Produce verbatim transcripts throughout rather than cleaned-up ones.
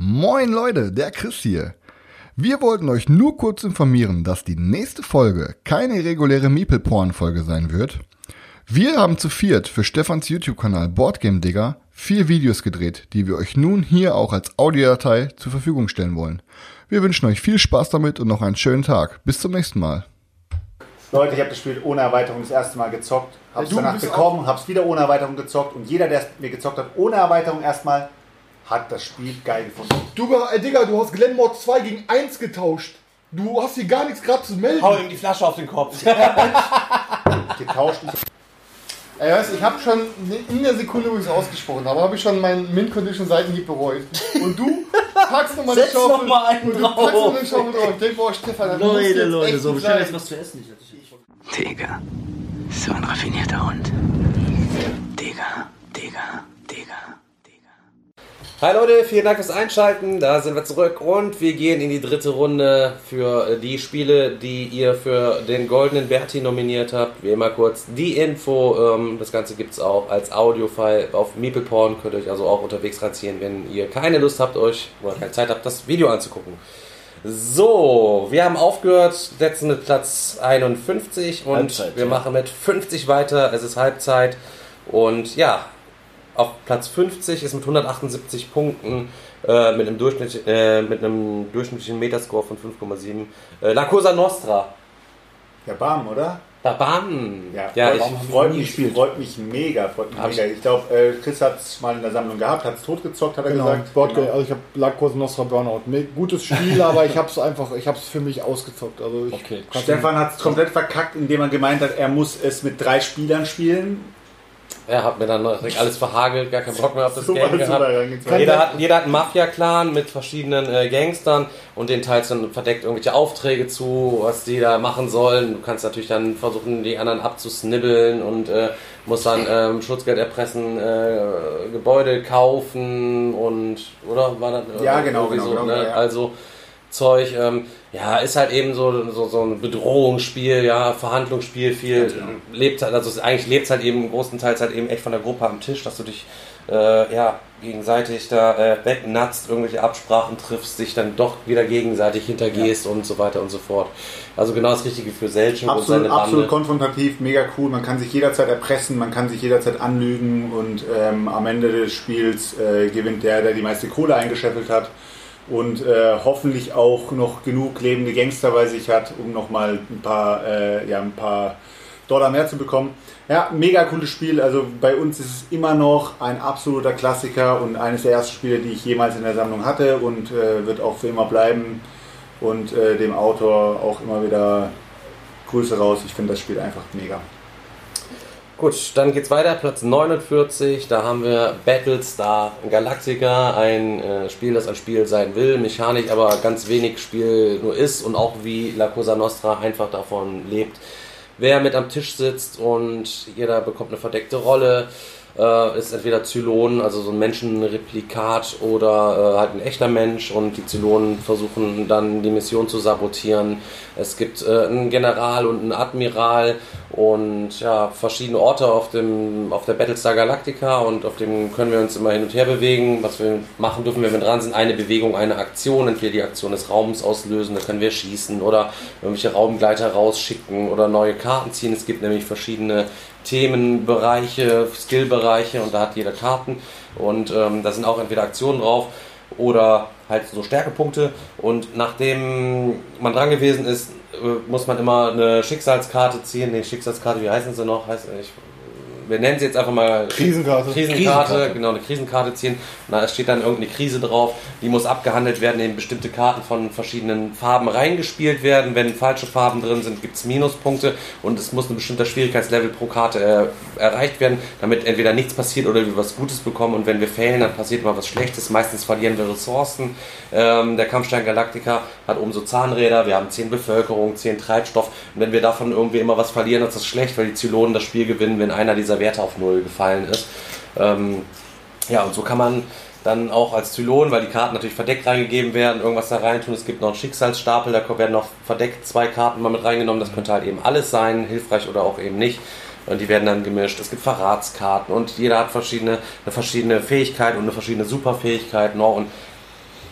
Moin Leute, der Chris hier. Wir wollten euch nur kurz informieren, dass die nächste Folge keine reguläre Meeple-Porn-Folge sein wird. Wir haben zu viert für Stefans YouTube-Kanal Boardgame Digger vier Videos gedreht, die wir euch nun hier auch als Audiodatei zur Verfügung stellen wollen. Wir wünschen euch viel Spaß damit und noch einen schönen Tag. Bis zum nächsten Mal. Leute, ich habe das Spiel ohne Erweiterung das erste Mal gezockt, habe es ja, danach bekommen, habe es wieder ohne Erweiterung gezockt und jeder, der es mir gezockt hat, ohne Erweiterung erstmal, hat das Spiel geil gefunden. Du, äh, Digga, du hast Glenmore zwei gegen eins getauscht. Du hast hier gar nichts gerade zu melden. Hau ihm die Flasche auf den Kopf. Getauscht. Ey, weißt, ich habe schon in der Sekunde, wo ich es ausgesprochen habe, habe ich schon meinen Mint-Condition-Seitenhieb bereut. Und du packst nochmal eine Schaufel. Noch mal einen und du drauf. packst noch eine Schaufel drauf. Ich denke, boah, Stefan, das muss jetzt Leute, echt so nicht bestimmt sein. jetzt was zu essen. Ich Digga, so ein raffinierter Hund. Digga, Digga, Digga. Hi Leute, vielen Dank fürs Einschalten, da sind wir zurück und wir gehen in die dritte Runde für die Spiele, die ihr für den Goldenen Berti nominiert habt. Wie immer kurz die Info, ähm, das Ganze gibt es auch als Audio-File auf MeeplePorn, könnt ihr euch also auch unterwegs reinziehen, wenn ihr keine Lust habt euch oder keine Zeit habt, das Video anzugucken. So, wir haben aufgehört, setzen mit Platz einundfünfzig und Halbzeit, wir ja. machen mit fünfzig weiter, es ist Halbzeit und ja, auf Platz fünfzig ist mit hundertachtundsiebzig Punkten äh, mit, einem Durchschnitt, äh, mit einem durchschnittlichen Metascore von fünf Komma sieben äh, La Cosa Nostra. Ja, bam, oder? Bam! Ja, ja freut, ich, freut, mich, freut mich mega. Freut mich Hab mega. Ich glaube, äh, Chris hat es mal in der Sammlung gehabt, hat es totgezockt, hat er Genau, gesagt. Boardgame, Genau. also ich habe La Cosa Nostra Burnout. Ne, gutes Spiel, aber ich habe es einfach, ich habe es für mich ausgezockt. Also ich Okay. Stefan hat es komplett verkackt, indem er gemeint hat, er muss es mit drei Spielern spielen. er hat mir dann direkt alles verhagelt, gar keinen Bock mehr auf das So Game war es gehabt. sogar reingezogen. Jeder hat, jeder hat einen Mafia-Clan mit verschiedenen äh, Gangstern und den teilst dann verdeckt irgendwelche Aufträge zu, was die da machen sollen. Du kannst natürlich dann versuchen, die anderen abzusnibbeln und äh, musst dann ähm, Schutzgeld erpressen, äh, Gebäude kaufen und, oder? War das, Ja, genau, irgendwie genau, so, genau, ne? ja. Also Zeug, ähm, ja, ist halt eben so, so, so ein Bedrohungsspiel, ja, Verhandlungsspiel, viel, genau. lebt halt, also es, eigentlich lebt es halt eben großenteils halt eben echt von der Gruppe am Tisch, dass du dich, äh, ja, gegenseitig da äh, wegnatzt, irgendwelche Absprachen triffst, dich dann doch wieder gegenseitig hintergehst ja. und so weiter und so fort. Also genau das Richtige für Selchuk und Absolut, seine Bande. absolut konfrontativ, mega cool. Man kann sich jederzeit erpressen, man kann sich jederzeit anlügen und ähm, am Ende des Spiels äh, gewinnt der, der die meiste Kohle eingescheffelt hat. Und äh, hoffentlich auch noch genug lebende Gangster bei sich hat, um nochmal ein paar, äh, ja, ein paar Dollar mehr zu bekommen. Ja, mega cooles Spiel. Also bei uns ist es immer noch ein absoluter Klassiker und eines der ersten Spiele, die ich jemals in der Sammlung hatte und äh, wird auch für immer bleiben. Und äh, dem Autor auch immer wieder Grüße raus. Ich finde das Spiel einfach mega. Gut, dann geht's weiter, Platz neunundvierzig, da haben wir Battlestar Galactica, ein äh, Spiel, das ein Spiel sein will, Mechanik aber ganz wenig Spiel nur ist und auch wie La Cosa Nostra einfach davon lebt, wer mit am Tisch sitzt und jeder bekommt eine verdeckte Rolle, äh, ist entweder Zylonen, also so ein Menschenreplikat oder äh, halt ein echter Mensch und die Zylonen versuchen dann die Mission zu sabotieren. Es gibt äh, einen General und einen Admiral und ja, verschiedene Orte auf dem auf der Battlestar Galactica und auf dem können wir uns immer hin und her bewegen. Was wir machen dürfen, wenn wir dran sind, eine Bewegung, eine Aktion, entweder die Aktion des Raums auslösen, da können wir schießen oder irgendwelche Raumgleiter rausschicken oder neue Karten ziehen. Es gibt nämlich verschiedene Themenbereiche, Skillbereiche und da hat jeder Karten und ähm, da sind auch entweder Aktionen drauf oder halt so Stärkepunkte und nachdem man dran gewesen ist, muss man immer eine Schicksalskarte ziehen. Nee, Schicksalskarte, wie heißen sie noch? Heißt, ich, wir nennen sie jetzt einfach mal Krisenkarte. Krisenkarte, Krisenkarte. genau, eine Krisenkarte ziehen. Da steht dann irgendeine Krise drauf, die muss abgehandelt werden, in bestimmte Karten von verschiedenen Farben reingespielt werden. Wenn falsche Farben drin sind, gibt es Minuspunkte und es muss ein bestimmter Schwierigkeitslevel pro Karte äh, erreicht werden, damit entweder nichts passiert oder wir was Gutes bekommen und wenn wir failen, dann passiert immer was Schlechtes. Meistens verlieren wir Ressourcen. Ähm, der Kampfstein Galactica hat oben so Zahnräder, wir haben zehn Bevölkerung, zehn Treibstoff und wenn wir davon irgendwie immer was verlieren, dann ist das schlecht, weil die Zylonen das Spiel gewinnen, wenn einer dieser Werte auf Null gefallen ist. Ähm, ja, und so kann man dann auch als Zylon, weil die Karten natürlich verdeckt reingegeben werden, irgendwas da reintun. Es gibt noch einen Schicksalsstapel, da werden noch verdeckt zwei Karten mal mit reingenommen. Das könnte halt eben alles sein, hilfreich oder auch eben nicht. Und die werden dann gemischt. Es gibt Verratskarten und jeder hat verschiedene, eine verschiedene Fähigkeit und eine verschiedene Superfähigkeit noch. Und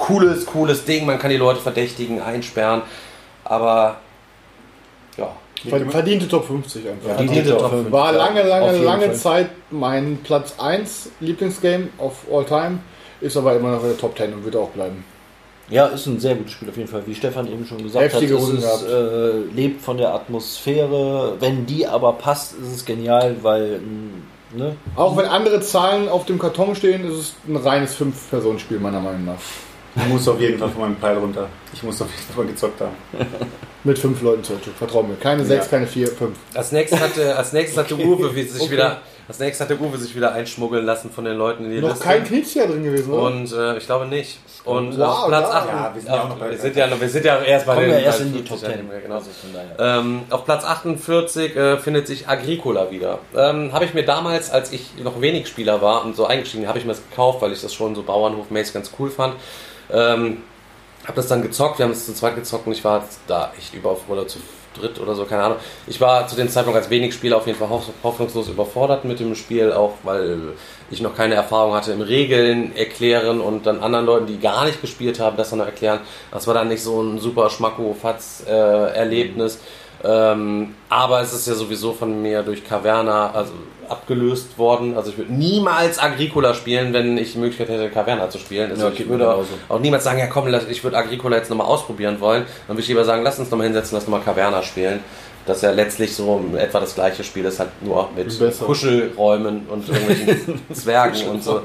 cooles, cooles Ding, man kann die Leute verdächtigen, einsperren, aber ja. Verdiente Top fünfzig einfach. Ja, verdiente Top fünfzig. War lange, lange, lange Fall. Zeit mein Platz eins Lieblingsgame of all time, ist aber immer noch in der Top zehn und wird auch bleiben. Ja, ist ein sehr gutes Spiel auf jeden Fall. Wie Stefan eben schon gesagt Heftige hat, Runden es ist, äh, lebt von der Atmosphäre. Wenn die aber passt, ist es genial, weil ne? Auch wenn andere Zahlen auf dem Karton stehen, ist es ein reines fünf-Personen-Spiel meiner Meinung nach. Ich muss auf jeden Fall von meinem Pfeil runter. Ich muss auf jeden Fall gezockt haben. Mit fünf Leuten zurück, vertrau mir. Keine sechs, ja. keine vier, fünf. Als nächstes hatte, als nächstes hatte Uwe wie sich Okay. wieder, als nächstes hatte Uwe sich wieder einschmuggeln lassen von den Leuten in die Noch Liste. kein Knizia drin gewesen, oder? Und äh, ich glaube nicht. Und Wow, auf Platz ja. acht, Ja, wir sind ja auch noch bei- wir sind ja, noch- wir sind ja erst bei Kommen den wir erst bei in die fünfzig, Top zehn. ja, genau. Also von daher. Ähm, auf Platz achtundvierzig äh, findet sich Agricola wieder. Ähm, habe ich mir damals, als ich noch wenig Spieler war und so eingestiegen, habe ich mir das gekauft, weil ich das schon so bauernhofmäßig ganz cool fand. Ähm, habe das dann gezockt, wir haben es zu zweit gezockt und ich war da echt über oder zu dritt oder so, keine Ahnung. Ich war zu dem Zeitpunkt als wenig Spieler auf jeden Fall hoffnungslos überfordert mit dem Spiel, auch weil ich noch keine Erfahrung hatte im Regeln erklären und dann anderen Leuten, die gar nicht gespielt haben, das dann noch erklären. Das war dann nicht so ein super Schmacko-Fatz-Erlebnis. Ähm, aber es ist ja sowieso von mir durch Caverna also abgelöst worden. Also ich würde niemals Agricola spielen, wenn ich die Möglichkeit hätte, Caverna zu spielen. Also Ja, ich geht würde mir auch, genauso. auch niemals sagen, ja komm, lass- ich würde Agricola jetzt nochmal ausprobieren wollen. Dann würde ich lieber sagen, lass uns nochmal hinsetzen, lass nochmal Caverna spielen. Das ja letztlich so etwa das gleiche Spiel ist, halt nur mit Besser. Kuschelräumen und irgendwelchen Zwergen und so.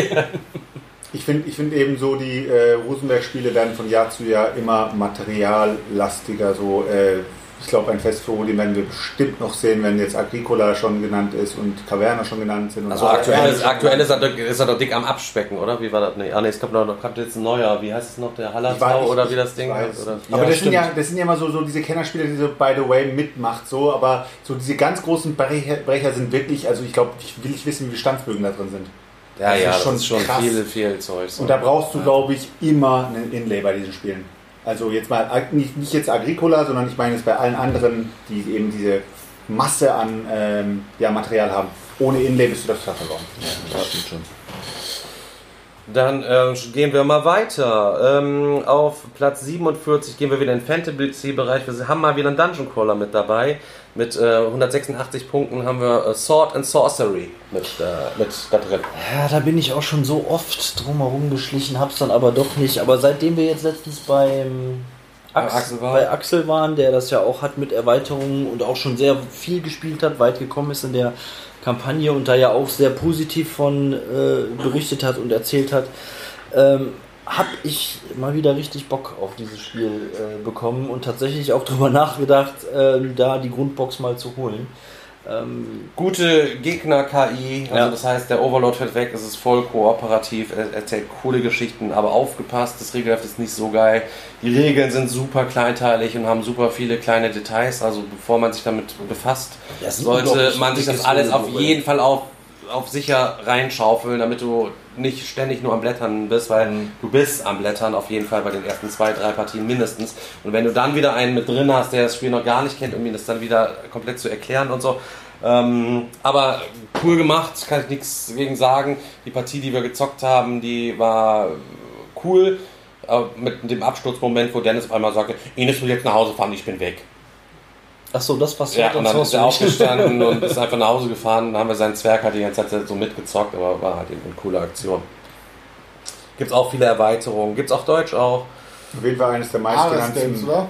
Ich finde ich find eben so, die äh, Rosenberg-Spiele werden von Jahr zu Jahr immer materiallastiger. So, äh, ich glaube, ein Fest für Odin werden wir bestimmt noch sehen, wenn jetzt Agricola schon genannt ist und Caverna schon genannt sind. Und Also aktuell, ist, aktuell ist, er, doch- ist er doch dick am Abspecken, oder? Wie war das? Nee, ah, nee, es kommt noch, kommt jetzt ein neuer. Wie heißt es noch? Der Ich Hallertau weiß- oder ich- wie das ich Ding weiß heißt? Oder? Aber Ja, das, sind stimmt. ja, das sind ja immer so, so diese Kennerspiele, die so by the way mitmacht, so, aber so diese ganz großen Brecher, Brecher sind wirklich, also ich glaube, ich will nicht wissen, wie viele Standsbögen da drin sind. Ja, Das ja, ist das schon ist schon krass. viel, viel Zeug. So. Und da brauchst du, glaube ich, immer einen Inlay bei diesen Spielen. Also jetzt mal, nicht, nicht jetzt Agricola, sondern ich meine es bei allen anderen, die eben diese Masse an ähm, ja, Material haben. Ohne Inlay bist du das total verloren. Ja, stimmt schon. Dann äh, gehen wir mal weiter. Ähm, auf Platz siebenundvierzig gehen wir wieder in den Fantasy-Bereich. Wir haben mal wieder einen Dungeon Crawler mit dabei. Mit äh, hundertsechsundachtzig Punkten haben wir äh, Sword and Sorcery mit, äh, mit da drin. Ja, da bin ich auch schon so oft drumherum geschlichen, hab's dann aber doch nicht. Aber seitdem wir jetzt letztens beim Bei Ax- Axel waren. bei Axel waren, der das ja auch hat mit Erweiterungen und auch schon sehr viel gespielt hat, weit gekommen ist in der Kampagne und da ja auch sehr positiv von äh, berichtet hat und erzählt hat, ähm, habe ich mal wieder richtig Bock auf dieses Spiel äh, bekommen und tatsächlich auch drüber nachgedacht, äh, da die Grundbox mal zu holen. Ähm, Gute Gegner-K I, also Ja. das heißt, der Overlord fällt weg, es ist voll kooperativ, er erzählt coole Geschichten, aber aufgepasst, das Regelheft ist nicht so geil. Die Regeln sind super kleinteilig und haben super viele kleine Details, also bevor man sich damit befasst, Ja, es ist sollte unglaublich man sich das dickes alles auf Regelbuch, jeden Fall auf, auf sicher reinschaufeln, damit du nicht ständig nur am Blättern bist, weil Mhm. du bist am Blättern auf jeden Fall bei den ersten zwei, drei Partien mindestens. Und wenn du dann wieder einen mit drin hast, der das Spiel noch gar nicht kennt, um ihm das dann wieder komplett zu erklären und so. Ähm, aber cool gemacht, kann ich nichts gegen sagen. Die Partie, die wir gezockt haben, die war cool. Äh, mit dem Absturzmoment, wo Dennis auf einmal sagte, Ines will jetzt nach Hause fahren, ich bin weg. Achso, das war's. Ja, und dann ist er aufgestanden und ist einfach nach Hause gefahren. Dann haben wir seinen Zwerg halt die ganze Zeit so mitgezockt, aber war halt eben eine coole Aktion. Gibt's auch viele Erweiterungen. Gibt's auf Deutsch auch. Auf jeden Fall eines der Ares Games, meistgenannten. oder?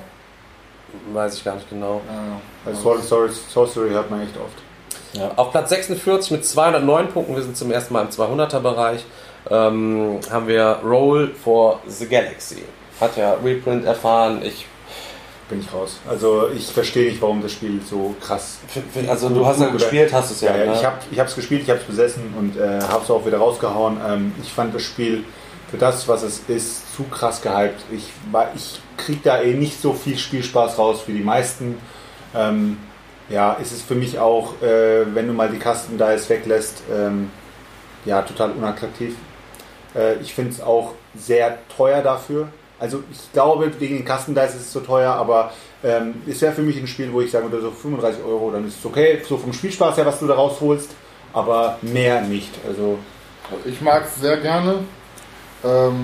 Weiß ich gar nicht genau. Also Sword and Sorcery- Sorcery hört man echt oft. Auf Platz sechsundvierzig mit zweihundertneun Punkten, wir sind zum ersten Mal im zweihunderter-Bereich, ähm, haben wir Roll for the Galaxy. Hat ja Reprint erfahren. Ich, Bin ich raus. Also ich verstehe nicht, warum das Spiel so krass. also du hast ja Oder- gespielt, hast es ja. Ja, ja, ne? ich habe ich es gespielt, ich habe es besessen und äh, habe es auch wieder rausgehauen. Ähm, ich fand das Spiel für das, was es ist, zu krass gehypt. Ich, war- ich kriege da eh nicht so viel Spielspaß raus wie die meisten. Ähm, ja, ist es für mich auch, äh, wenn du mal die Custom Dice weglässt, ähm, ja, total unattraktiv. Äh, ich finde es auch sehr teuer dafür. Also ich glaube, wegen den Custom Dice ist es so teuer, aber ähm, es wäre für mich ein Spiel, wo ich sagen würde, so fünfunddreißig Euro, dann ist es okay, so vom Spielspaß her, was du da rausholst, aber mehr nicht. Also Ich mag es sehr gerne. Ähm,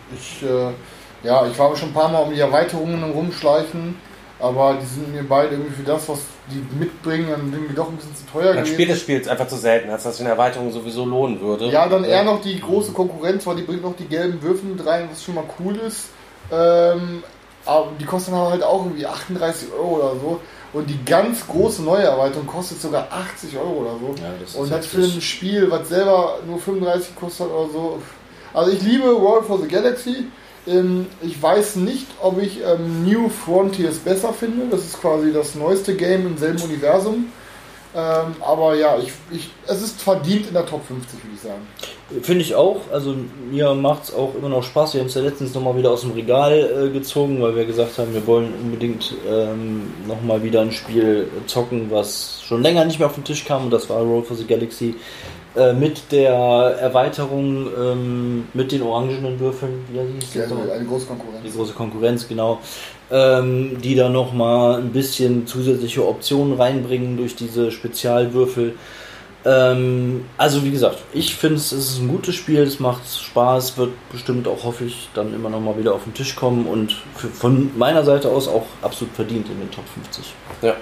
Ich, äh, ja, ich war schon ein paar Mal um die Erweiterungen rumschleichen, aber die sind mir beide irgendwie für das, was die mitbringen, dann irgendwie doch ein bisschen zu teuer Ein gewesen. Spiel des Spiels einfach zu selten, als dass sich eine Erweiterung sowieso lohnen würde. Ja, dann eher noch die große Konkurrenz, weil die bringt noch die gelben Würfel mit rein, was schon mal cool ist. Ähm, aber die kosten halt auch irgendwie achtunddreißig Euro oder so. Und die ganz große neue Erweiterung kostet sogar achtzig Euro oder so. Ja, das ist und das für heftig. ein Spiel, was selber nur fünfunddreißig kostet oder so. Also ich liebe Roll for the Galaxy. Ähm, ich weiß nicht, ob ich ähm, New Frontiers besser finde. Das ist quasi das neueste Game im selben Universum. Ähm, aber ja, ich, ich, es ist verdient in der Top fünfzig, würde ich sagen. Finde ich auch. Also mir macht es auch immer noch Spaß. Wir haben es ja letztens nochmal wieder aus dem Regal äh, gezogen, weil wir gesagt haben, wir wollen unbedingt ähm, nochmal wieder ein Spiel zocken, was schon länger nicht mehr auf den Tisch kam. Und das war Roll for the Galaxy. Äh, mit der Erweiterung ähm, mit den orangenen Würfeln. Wie hieß Ja, das noch? eine große Konkurrenz. Die große Konkurrenz, genau. Ähm, die da nochmal ein bisschen zusätzliche Optionen reinbringen durch diese Spezialwürfel. Ähm, also wie gesagt, ich finde es ist ein gutes Spiel, es macht Spaß, wird bestimmt auch, hoffe ich, dann immer nochmal wieder auf den Tisch kommen und für, von meiner Seite aus auch absolut verdient in den Top fünfzig. Ja.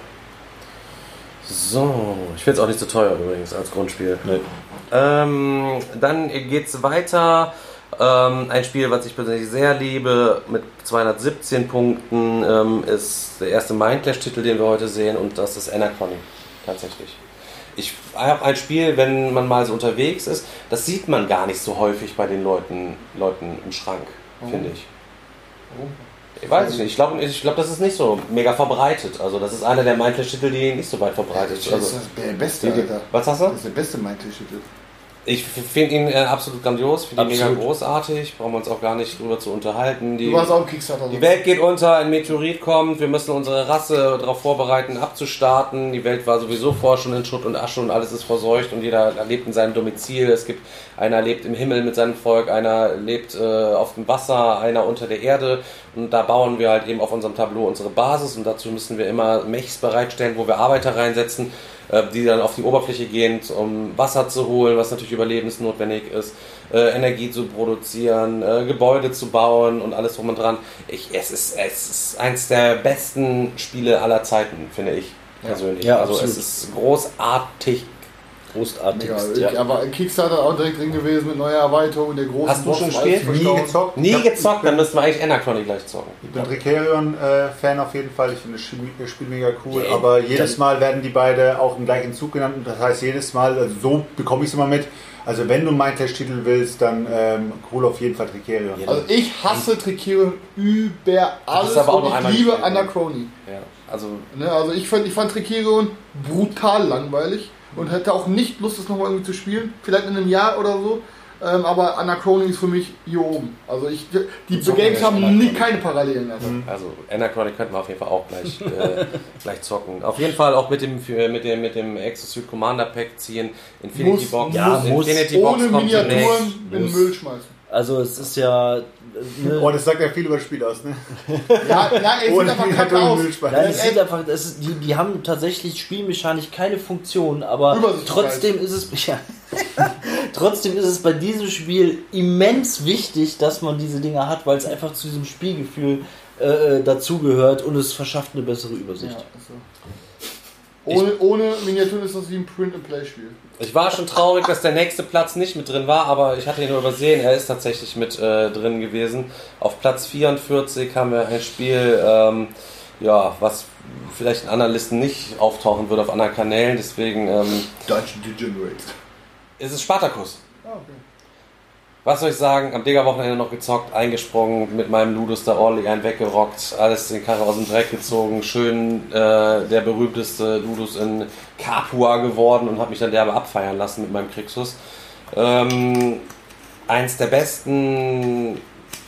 So, ich finde es auch nicht so teuer übrigens als Grundspiel. Nee. Ähm, dann geht's weiter. Ähm, ein Spiel, was ich persönlich sehr liebe, mit zweihundertsiebzehn Punkten, ähm, ist der erste Mindclash-Titel, den wir heute sehen, und das ist Anachrony, tatsächlich. Ich habe ein Spiel, wenn man mal so unterwegs ist, das sieht man gar nicht so häufig bei den Leuten, Leuten im Schrank, Oh. finde ich. Oh. Ich weiß nicht, ich glaube, ich glaub, das ist nicht so mega verbreitet. Also das ist einer der Mindclash-Titel, die nicht so weit verbreitet Das sind. Also, ist der beste, die, Alter. was hast du? Das ist der beste Mindclash-Titel. Ich finde ihn äh, absolut grandios, finde ihn mega Absolut. großartig, brauchen wir uns auch gar nicht drüber zu unterhalten. Die, Du warst auch ein Kickstarter. die Welt geht unter, ein Meteorit kommt, wir müssen unsere Rasse darauf vorbereiten, abzustarten. Die Welt war sowieso vorher schon in Schutt und Asche und alles ist verseucht und jeder lebt in seinem Domizil. Es gibt, einer lebt im Himmel mit seinem Volk, einer lebt äh, auf dem Wasser, einer unter der Erde, und da bauen wir halt eben auf unserem Tableau unsere Basis, und dazu müssen wir immer Mechs bereitstellen, wo wir Arbeiter reinsetzen, die dann auf die Oberfläche gehen, um Wasser zu holen, was natürlich überlebensnotwendig ist, äh, Energie zu produzieren, äh, Gebäude zu bauen und alles drum und dran. Ich, es, ist, es ist eins der besten Spiele aller Zeiten, finde ich persönlich. Ja, also absolut. es ist großartig. Großartigst, Ja, ja. aber Kickstarter auch direkt drin gewesen mit neuer Erweiterung, der großen Hast du Box schon und gespielt? alles Nie verstaut. gezockt. Nie Ich hab- gezockt, dann müssten wir eigentlich Anachrony gleich zocken. Ich bin Tricerion-Fan auf jeden Fall. Ich finde das Spiel, das Spiel mega cool. Ja, aber jedes dann- Mal werden die beide auch im gleichen Zug genannt. Und das heißt jedes Mal, also so bekomme ich es immer mit. Also wenn du einen Mindclash-Titel willst, dann ähm, cool auf jeden Fall Tricerion. Also ich hasse Tricerion über alles aber auch nur und ich einmal liebe gespielt, ne? Anachrony. Ja, also Ne, also ich fand, ich fand Tricerion brutal langweilig und hätte auch nicht Lust, das nochmal irgendwie zu spielen. Vielleicht in einem Jahr oder so. Ähm, aber Anachrony ist für mich hier oben. Also ich, die zocken Games wir haben Anachrony. nie keine Parallelen. Also. Also Anachrony könnten wir auf jeden Fall auch gleich, äh, gleich zocken. Auf jeden Fall auch mit dem für- mit dem mit dem Exosuit Commander Pack ziehen. Infinity Muss- Box, ja, muss. Infinity Box Ohne kommt demnächst. Miniaturen in den Muss. Müll schmeißen. Also es ist ja... äh, Ne, Oh, das sagt ja viel über das Spiel aus, ne? Ja, ja ey, Ohne sieht einfach kacke Miniaturen aus. Müll schmeißen. Nein, es sieht einfach, es ist, die, die haben tatsächlich spielmechanisch keine Funktion, aber Übersichtlichkeit. trotzdem ist es ja, trotzdem ist es bei diesem Spiel immens wichtig, dass man diese Dinger hat, weil es einfach zu diesem Spielgefühl äh, dazugehört und es verschafft eine bessere Übersicht. Ja, also. Ohne, ohne Miniaturen ist das wie ein Print-and-Play-Spiel. Ich war schon traurig, dass der nächste Platz nicht mit drin war, aber ich hatte ihn nur übersehen. Er ist tatsächlich mit äh, drin gewesen. Auf Platz vierundvierzig haben wir ein Spiel, ähm, ja, was vielleicht in anderen Listen nicht auftauchen würde auf anderen Kanälen. Deswegen ähm, Dungeon Degenerates. ist es Spartacus. Ah, okay. Was soll ich sagen? Am Digger-Wochenende noch gezockt, eingesprungen, mit meinem Ludus da ordentlich einen weggerockt, alles den Karre aus dem Dreck gezogen, schön äh, der berühmteste Ludus in Capua geworden und habe mich dann derbe abfeiern lassen mit meinem Krixus. Ähm, eins der besten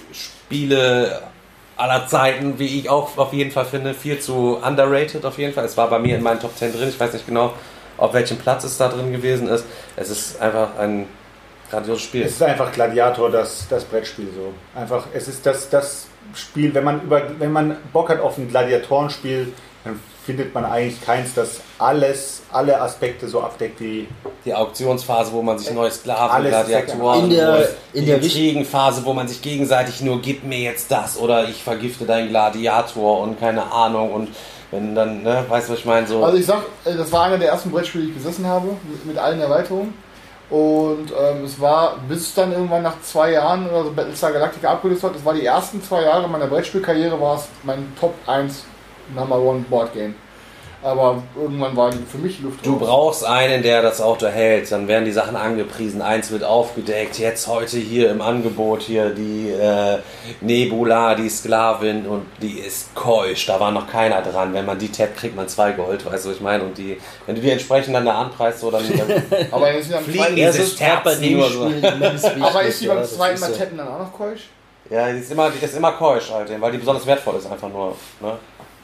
Spiele aller Zeiten, wie ich auch auf jeden Fall finde, viel zu underrated auf jeden Fall. Es war bei mir in meinen Top zehn drin, ich weiß nicht genau, auf welchem Platz es da drin gewesen ist. Es ist einfach ein grandioses Spiel. Es ist einfach Gladiator, das, das Brettspiel so. Einfach, es ist das, das Spiel, wenn man über, wenn man Bock hat auf ein Gladiatorenspiel, dann findet man eigentlich keins, das alles, alle Aspekte so abdeckt wie die Auktionsphase, wo man sich neue Sklaven, Alles Gladiatoren, in der, holt, in die der Intrigenphase, wo man sich gegenseitig nur gib mir jetzt das oder ich vergifte deinen Gladiator und keine Ahnung und wenn dann, ne, weißt du, was ich meine? So. Also ich sag, äh, das war einer der ersten Brettspiele, die ich besessen habe, mit, mit allen Erweiterungen. Und ähm, es war bis dann irgendwann nach zwei Jahren oder so Battlestar Galactica abgelöst hat, das war die ersten zwei Jahre meiner Brettspielkarriere, war es mein Top eins Number One Board Game. Aber irgendwann war für mich Luft Du raus. brauchst einen, der das Auto hält. Dann werden die Sachen angepriesen. Eins wird aufgedeckt. Jetzt heute hier im Angebot hier die äh, Nebula, die Sklavin und die ist keusch. Da war noch keiner dran. Wenn man die tappt, kriegt man zwei Gold. Weißt du, was ich meine? Und die, wenn du die entsprechend dann da anpreist, so dann, dann Aber ist sie beim fliegen zweiten, die Ja, diese es ist gerade bei Sterzen dem nur so. Spiel immens wichtig. aber ist sie ja, beim das zweiten ist Mal so. tappen dann auch noch keusch? Ja, die ist immer, die ist immer keusch halt, weil die besonders wertvoll ist einfach nur. Ne?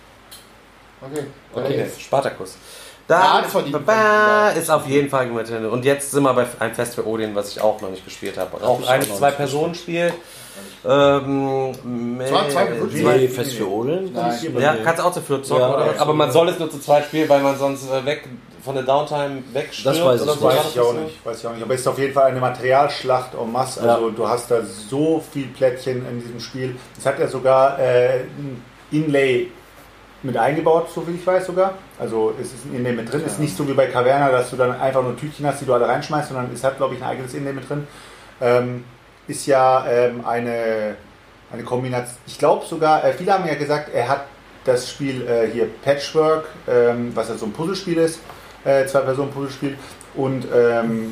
Okay. Okay, Spartacus. Ja, Da das war die- ba, ist auf jeden Fall mit. Und jetzt sind wir bei einem Fest für Odin, was ich auch noch nicht gespielt habe. Auch ich ein auch noch Zwei-Personen-Spiel. Ähm, Zwei- zwei Personen? Nee, Fest für Olen? Nein. ja, kannst auch zu viert zocken, Ja, oder? absolut. Aber man soll es nur zu zweit spielen, weil man sonst äh, weg von der Downtime wegstirbt. Das weiß ich oder nicht. so. Weiß War ich das auch so? nicht, weiß ich auch nicht. Aber es ist auf jeden Fall eine Materialschlacht en masse. Also du hast da so viel Plättchen in diesem Spiel. Es hat ja sogar äh, ein Inlay mit eingebaut, so wie ich weiß sogar. Also es ist ein Inlay mit drin. Es ist nicht so wie bei Caverna, dass du dann einfach nur Tütchen hast, die du alle reinschmeißt, sondern es hat, glaube ich, ein eigenes Inlay mit drin. Ähm, ist ja ähm, eine, eine Kombination. Ich glaube sogar, äh, viele haben ja gesagt, er hat das Spiel äh, hier Patchwork, ähm, was ja so ein Puzzlespiel ist, äh, Zwei-Personen-Puzzlespiel und ähm,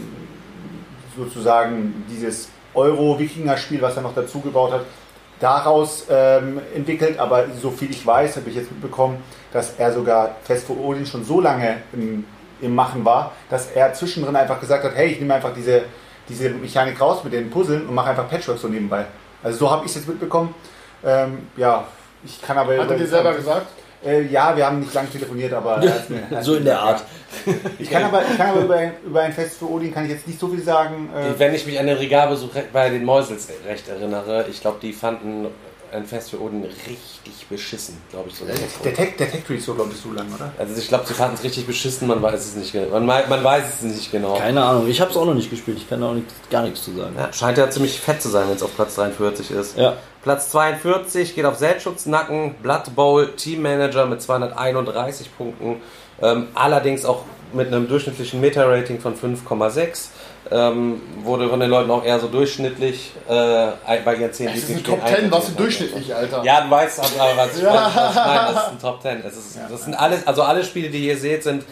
sozusagen dieses Euro-Wikinger-Spiel, was er noch dazu gebaut hat, daraus ähm, entwickelt, aber so viel ich weiß, habe ich jetzt mitbekommen, dass er sogar Fest für Odin schon so lange im, im Machen war, dass er zwischendrin einfach gesagt hat, hey, ich nehme einfach diese, diese Mechanik raus mit den Puzzeln und mache einfach Patchwork so nebenbei. Also so habe ich es jetzt mitbekommen. Ähm, ja, ich kann aber... Hat er dir selber gesagt? Äh, ja, wir haben nicht lange telefoniert, aber... er hat's mir- er hat's So mir in der gesagt, Art. ja. Ich kann aber, ich kann aber über, ein, über ein Fest für Odin kann ich jetzt nicht so viel sagen. Äh, Wenn ich mich an den Regalbesuch bei den Mäusels recht erinnere, ich glaube, die fanden ein Fest für Odin richtig beschissen, glaube ich. So der Tech, der Tech Tree ist so, glaube ich, so lang, oder? also ich glaube, sie fanden es richtig beschissen, man weiß es nicht genau. Man, mei- man weiß es nicht genau. Keine Ahnung, ich habe es auch noch nicht gespielt, ich kann da auch nicht, gar nichts zu sagen. Ja, scheint ja ziemlich fett zu sein, wenn es auf Platz dreiundvierzig ist. Ja. Platz zweiundvierzig geht auf Selbstschutznacken, Blood Bowl Team Manager mit zweihunderteinunddreißig Punkten, ähm, allerdings auch mit einem durchschnittlichen Meta-Rating von fünf Komma sechs. Ähm, wurde von den Leuten auch eher so durchschnittlich äh, bei ihren zehn Das ist ein Lieblingsspielen Top Ten, was du einsortiert. durchschnittlich, Alter. Ja, du weißt aber, was ich, Ja. was ich meine, das ist ein Top Ten. Es ist, das sind alles, also alle Spiele, die ihr seht, sind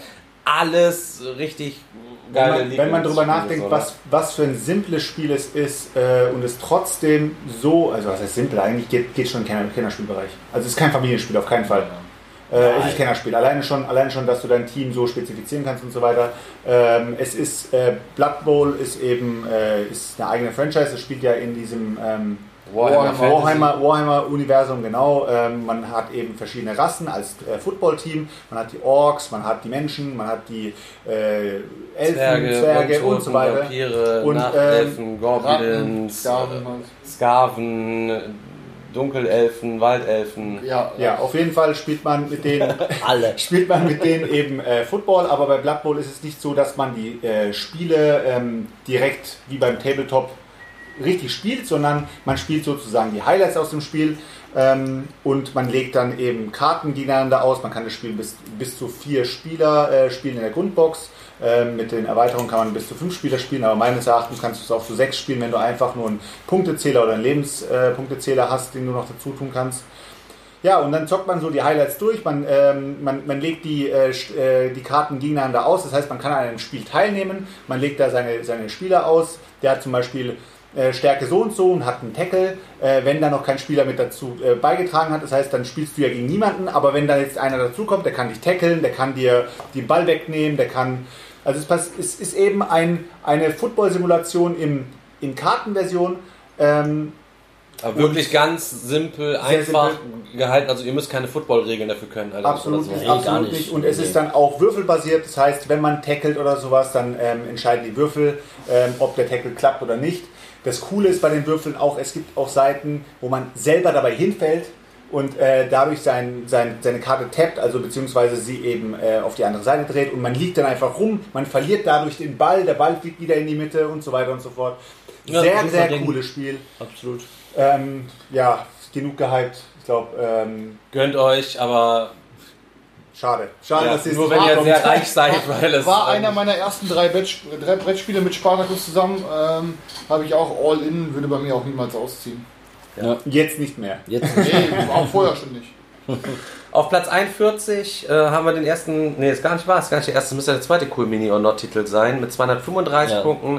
alles richtig Wenn geile man, wenn man drüber Lieblingsspiele, nachdenkt, so, was, was für ein simples Spiel es ist äh, und es trotzdem so, also was heißt simpel, eigentlich geht, geht schon im Kenner, Kennerspielbereich. Also es ist kein Familienspiel, auf keinen Fall. Äh, es ist Kennerspiel. Alleine schon, alleine schon, dass du dein Team so spezifizieren kannst und so weiter. Ähm, es ist, äh, Blood Bowl ist eben äh, ist eine eigene Franchise, es spielt ja in diesem ähm, Warhammer Fantasy. Warhammer, Warhammer Universum, genau. Ähm, man hat eben verschiedene Rassen als äh, Footballteam. Man hat die Orks, man hat die Menschen, man hat die äh, Elfen, Zwerge, Zwerge, und Untoten, so weiter. Vampire, Und, Nachtelfen, ähm, Goblins, Sklaven, äh, Skaven, Dunkelelfen, Waldelfen. Ja, Ja, auf jeden Fall spielt man mit denen Alle. spielt man mit denen eben äh, Football, aber bei Blood Bowl ist es nicht so, dass man die äh, Spiele ähm, direkt wie beim Tabletop richtig spielt, sondern man spielt sozusagen die Highlights aus dem Spiel ähm, und man legt dann eben Karten gegeneinander aus. Man kann das Spiel bis, bis zu vier Spieler äh, spielen in der Grundbox. Ähm, mit den Erweiterungen kann man bis zu fünf Spieler spielen, aber meines Erachtens kannst du es auch zu sechs spielen, wenn du einfach nur einen Punktezähler oder einen Lebenspunktezähler hast, den du noch dazu tun kannst. Ja, und dann zockt man so die Highlights durch, man, ähm, man, man legt die, äh, die Karten gegeneinander aus, das heißt, man kann an einem Spiel teilnehmen, man legt da seine, seine Spieler aus, der hat zum Beispiel äh, Stärke so und so und hat einen Tackle, äh, wenn da noch kein Spieler mit dazu äh, beigetragen hat, das heißt, dann spielst du ja gegen niemanden, aber wenn da jetzt einer dazukommt, der kann dich tackeln, der kann dir den Ball wegnehmen, der kann, also es, pass, es ist eben ein, eine Football-Simulation im, in Kartenversion, ähm, Aber wirklich ganz simpel, einfach simpel. gehalten. Also ihr müsst keine Football-Regeln dafür können. Also Absolut oder so. nicht, Nee, absolut gar nicht. nicht. Und es Nee. ist dann auch würfelbasiert. Das heißt, wenn man tackelt oder sowas, dann ähm, entscheiden die Würfel, ähm, ob der Tackle klappt oder nicht. Das Coole ist bei den Würfeln auch, es gibt auch Seiten, wo man selber dabei hinfällt und äh, dadurch sein, sein, seine Karte tappt, also beziehungsweise sie eben äh, auf die andere Seite dreht und man liegt dann einfach rum, man verliert dadurch den Ball, der Ball fliegt wieder in die Mitte und so weiter und so fort. Sehr, Ja, sehr Ding. cooles Spiel. Absolut. Ähm, ja, genug gehypt. Ich glaube, ähm, Gönnt euch, aber schade. Schade, ja, dass ihr nur wenn ihr sehr reich seid, weil es War einer meiner ersten drei, Brett, drei Brettspiele mit Spartacus zusammen. Ähm, Habe ich auch All-In, würde bei mir auch niemals ausziehen. jetzt nicht mehr. Jetzt Nee, auch vorher schon nicht. Auf Platz einundvierzig äh, haben wir den ersten, nee, ist gar nicht wahr, ist gar nicht der erste, müsste der zweite Cool Mini or Not Titel sein, mit zweihundertfünfunddreißig Ja. Punkten,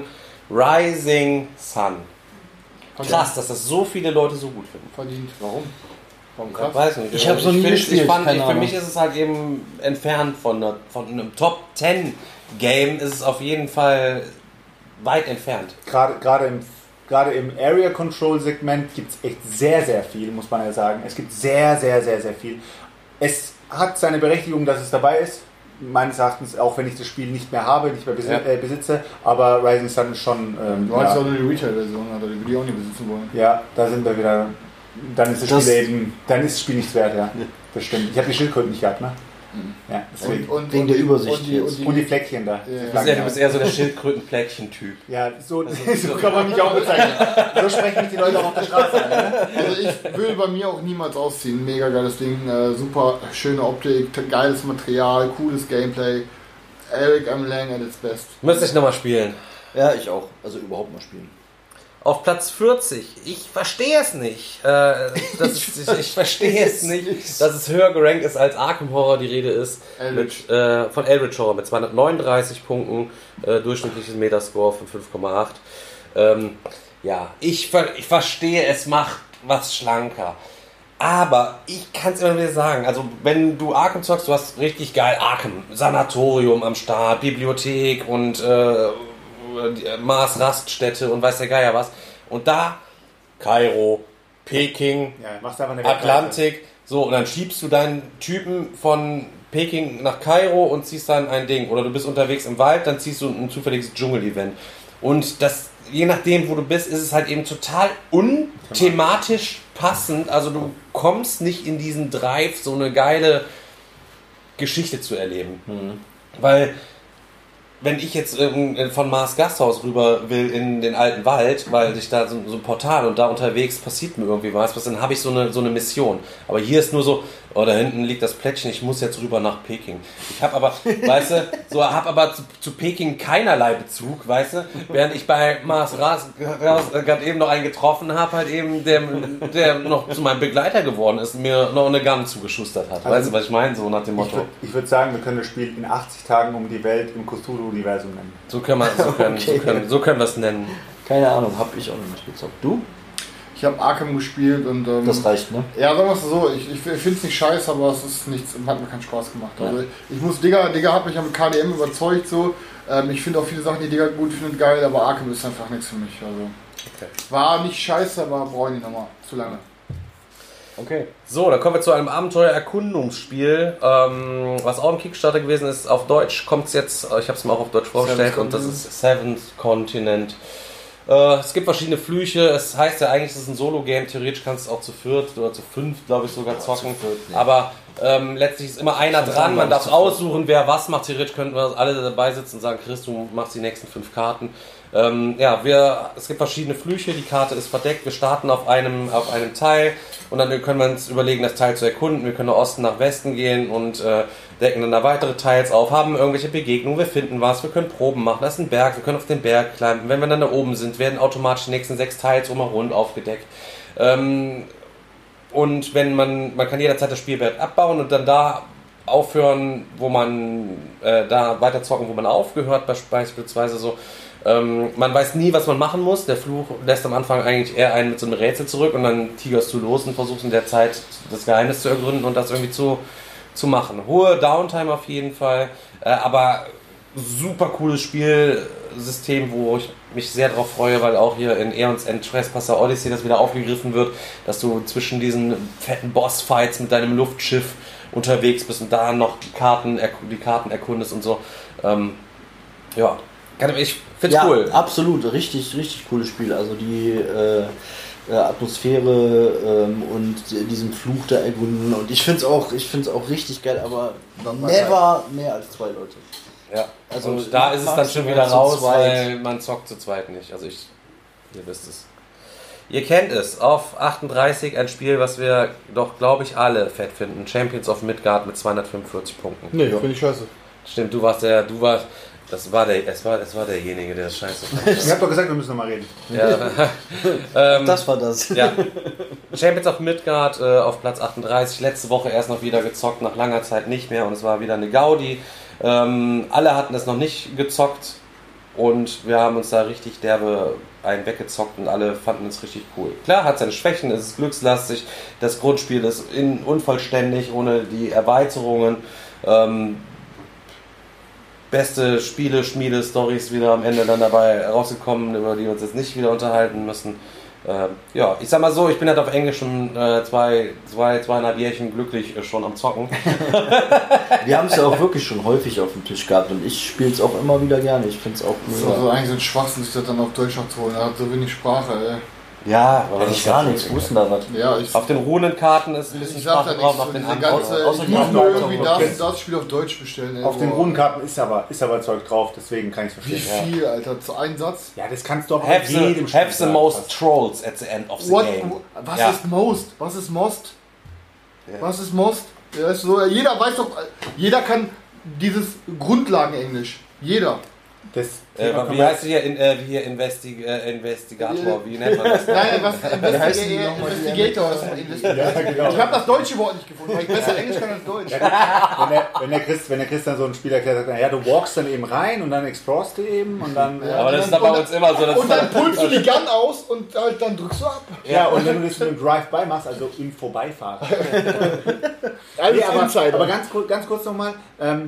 Rising Sun. Krass, dass das so viele Leute so gut finden. Verdient. Warum? Warum Ich krass? weiß nicht. Ich hab's noch nie find- gespielt, Ich fand, keine ich, für Ahnung. mich ist es halt eben entfernt von, einer, von einem Top zehn Game, ist es auf jeden Fall weit entfernt. Gerade, gerade im, gerade im Area Control Segment gibt es echt sehr, sehr viel, muss man ja sagen. Es gibt sehr, sehr, sehr, sehr viel. Es hat seine Berechtigung, dass es dabei ist. Meines Erachtens, auch wenn ich das Spiel nicht mehr habe, nicht mehr besi Ja. äh, besitze, aber Rising Sun ist schon. Ähm, Du hast ja, auch nur die Retail-Version, also die würde ich auch nicht besitzen wollen. ja, da sind wir wieder. Dann ist das, Das- Spiel eben. Dann ist das Spiel nichts wert, ja. Das stimmt. Ich habe die Schildkröten nicht gehabt, ne? Ja, deswegen. Und, und, Wegen der Übersicht Und die, jetzt. und die, Und die Fleckchen da. die Ja. Du Flaggen bist, eher, du da. bist eher so der Schildkröten-Plättchen-Typ. Ja, so, so kann man mich auch bezeichnen. So sprechen mich die Leute auch auf der Straße an. Ne? Also ich würde bei mir auch niemals ausziehen. Mega geiles Ding, äh, super schöne Optik, t- geiles Material, cooles Gameplay. Eric M. Lang at its best. Müsste ich nochmal spielen. Ja, ich auch. Also überhaupt mal spielen. Auf Platz vierzig. Ich verstehe es nicht. Äh, das ist, ich, ich verstehe es nicht, dass es höher gerankt ist als Arkham Horror die Rede ist. Eldritch. Mit, äh, von Eldritch Horror mit zweihundertneununddreißig Punkten, äh, durchschnittliches Metascore von fünf Komma acht. Ähm, ja, ich, ver ich verstehe, es macht was schlanker. Aber ich kann es immer wieder sagen, also wenn du Arkham zockst, du hast richtig geil Arkham, Sanatorium am Start, Bibliothek und äh, Mars Raststätte und weiß der Geier was. Und da Kairo, Peking, Ja, machst einfach eine Webseite. Atlantik, so, und dann schiebst du deinen Typen von Peking nach Kairo und ziehst dann ein Ding. Oder du bist unterwegs im Wald, dann ziehst du ein zufälliges Dschungel-Event. Und das, je nachdem, wo du bist, ist es halt eben total unthematisch passend. Also du kommst nicht in diesen Drive, so eine geile Geschichte zu erleben. Weil wenn ich jetzt ähm, von Mars Gasthaus rüber will in den alten Wald, weil ich da so, so ein Portal und da unterwegs passiert mir irgendwie was, was dann habe ich so eine, so eine Mission. Aber hier ist nur so, oh, da hinten liegt das Plättchen, ich muss jetzt rüber nach Peking. Ich habe aber, weißt du, so habe aber zu, zu Peking keinerlei Bezug, weißt du, während ich bei Mars Ras gerade eben noch einen getroffen habe, halt eben, der, der noch zu meinem Begleiter geworden ist und mir noch eine Gun zugeschustert hat. Weißt du, was ich meine? So nach dem Ich Motto. würde würd sagen, wir können das Spiel in achtzig Tagen um die Welt im Cthulhu-Universum nennen. So können wir so können, Okay. so können, so können wir es nennen. Keine Ahnung, hab ich auch noch nicht gezockt. Du? Ich habe Arkham gespielt und ähm, Das reicht, ne? ja, sagen wir es so, ich, ich finde es nicht scheiße, aber es ist nichts, hat mir keinen Spaß gemacht. Also ich muss, Digga, Digga hat mich ja mit K D M überzeugt so. Ähm, ich finde auch viele Sachen, die Digga gut findet, geil, aber Arkham ist einfach nichts für mich. Also Okay. war nicht scheiße, aber brauche ich nicht nochmal. Zu lange. Okay. So, dann kommen wir zu einem Abenteuer-Erkundungsspiel, ähm, was auch im Kickstarter gewesen ist. Auf Deutsch kommt es jetzt, ich habe es mir auch auf Deutsch vorgestellt, und das ist Seventh Continent. Äh, es gibt verschiedene Flüche, es heißt ja eigentlich, es ist ein Solo-Game, theoretisch kannst du es auch zu viert oder zu fünf, glaube ich, sogar zocken. viert, nee. Aber ähm, letztlich ist immer einer Schon dran, dran, man glaub darf ich, zu viert. aussuchen, wer was macht. Theoretisch könnten wir alle dabei sitzen und sagen, Chris, du machst die nächsten fünf Karten. Ähm, ja, wir, es gibt verschiedene Flüche, die Karte ist verdeckt, wir starten auf einem, auf einem Teil und dann können wir uns überlegen, das Teil zu erkunden. Wir können nach Osten nach Westen gehen und äh, decken dann da weitere Teils auf, haben irgendwelche Begegnungen, wir finden was, wir können Proben machen, das ist ein Berg, wir können auf den Berg climben. Wenn wir dann da oben sind, werden automatisch die nächsten sechs Teils um rund aufgedeckt. Ähm, und wenn man, man kann jederzeit das Spielbrett abbauen und dann da aufhören, wo man äh, da weiter zocken, wo man aufgehört, beispielsweise so. Ähm, man weiß nie, was man machen muss. Der Fluch lässt am Anfang eigentlich eher einen mit so einem Rätsel zurück und dann tigerst du los und versuchst in der Zeit das Geheimnis zu ergründen und das irgendwie zu, zu machen. Hohe Downtime auf jeden Fall, äh, aber super cooles Spielsystem, wo ich mich sehr drauf freue, weil auch hier in Aeons End Trespasser Odyssey das wieder aufgegriffen wird, dass du zwischen diesen fetten Bossfights mit deinem Luftschiff unterwegs bist und da noch die Karten, die Karten erkundest und so. Ähm, ja, ich find's Ja, cool. absolut, richtig, richtig cooles Spiel. Also die, äh, äh, Atmosphäre ähm, und diesem Fluch der Ergunden. Und ich finde es auch, ich find's auch richtig geil, aber never mehr als zwei Leute. Ja, also und da ist es dann schon wieder raus, weil man zockt zu zweit nicht. Also ich, ihr wisst es. Ihr kennt es, auf achtunddreißig ein Spiel, was wir doch, glaube ich, alle fett finden. Champions of Midgard mit zweihundertfünfundvierzig Punkten. Nee, finde ich scheiße. Stimmt, du warst der, du warst, das war der, es war, es war derjenige, der das scheiße fand. Ich hab doch gesagt, wir müssen nochmal reden. Ja. ähm, Das war das. Ja. Champions of Midgard äh, auf Platz achtunddreißig, letzte Woche erst noch wieder gezockt, nach langer Zeit nicht mehr und es war wieder eine Gaudi. Ähm, alle hatten es noch nicht gezockt und wir haben uns da richtig derbe einen weggezockt und alle fanden es richtig cool. Klar, hat seine Schwächen, es ist glückslastig, das Grundspiel ist in, unvollständig, ohne die Erweiterungen. Ähm, beste Spiele, Schmiede, Storys wieder am Ende dann dabei rausgekommen, über die wir uns jetzt nicht wieder unterhalten müssen. Ähm, ja, ich sag mal so, ich bin halt auf Englisch schon äh, zwei, zwei, zweieinhalb Jährchen glücklich äh, schon am Zocken. Wir haben es ja auch wirklich schon häufig auf dem Tisch gehabt und ich spiele es auch immer wieder gerne. Ich finde es auch Das ist mega. also eigentlich so ein Schwachsinn, sich das dann auf Deutsch noch zu holen. Er hat so wenig Sprache, ey. Ja, aber Aber das ich ist gar ja nichts, schon- wo ist denn da was? Ja, ich, Auf den Runenkarten ist ein bisschen ich sag da Sprache drauf, nichts. auf So den diese anderen. ganze, außer ich die muss nur Anleitung. irgendwie das und das Spiel auf Deutsch bestellen, ey. Auf den Boah. Runenkarten ist aber, ist aber Zeug drauf, deswegen kann ich es Wie verstehen. viel, Alter? Zu einem Satz? Ja, das kannst du auch Have auf the, jedem Spiel have the sagen. most trolls at the end of the What, game. was Ja. ist most? Was ist most? Ja. Was ist most? Ja, ist so, jeder weiß doch, jeder kann dieses Grundlagen-Englisch. Jeder. Das Äh, Thema wie können wir- heißt hier, in, äh, hier Investi äh, Investigator? Wie nennt man das? Nein, was heißen die Investigator, nochmal, die Investigator ist ein Englisch. Ja, genau. Ich habe das deutsche Wort nicht gefunden, weil ich besser Englisch kann als Deutsch. Wenn der, wenn, der Christ, wenn der Christ dann so ein Spiel erklärt hat, naja, du walkst dann eben rein und dann explorst du eben und dann. Ja. Aber das ist aber bei uns immer so. Das Und dann pulst du die Gun aus und halt dann drückst du ab. Ja, und wenn du das mit dem Drive-By machst, also im Vorbeifahren. Alles Nee, aber, Insider. aber ganz, kur- ganz kurz nochmal, ähm,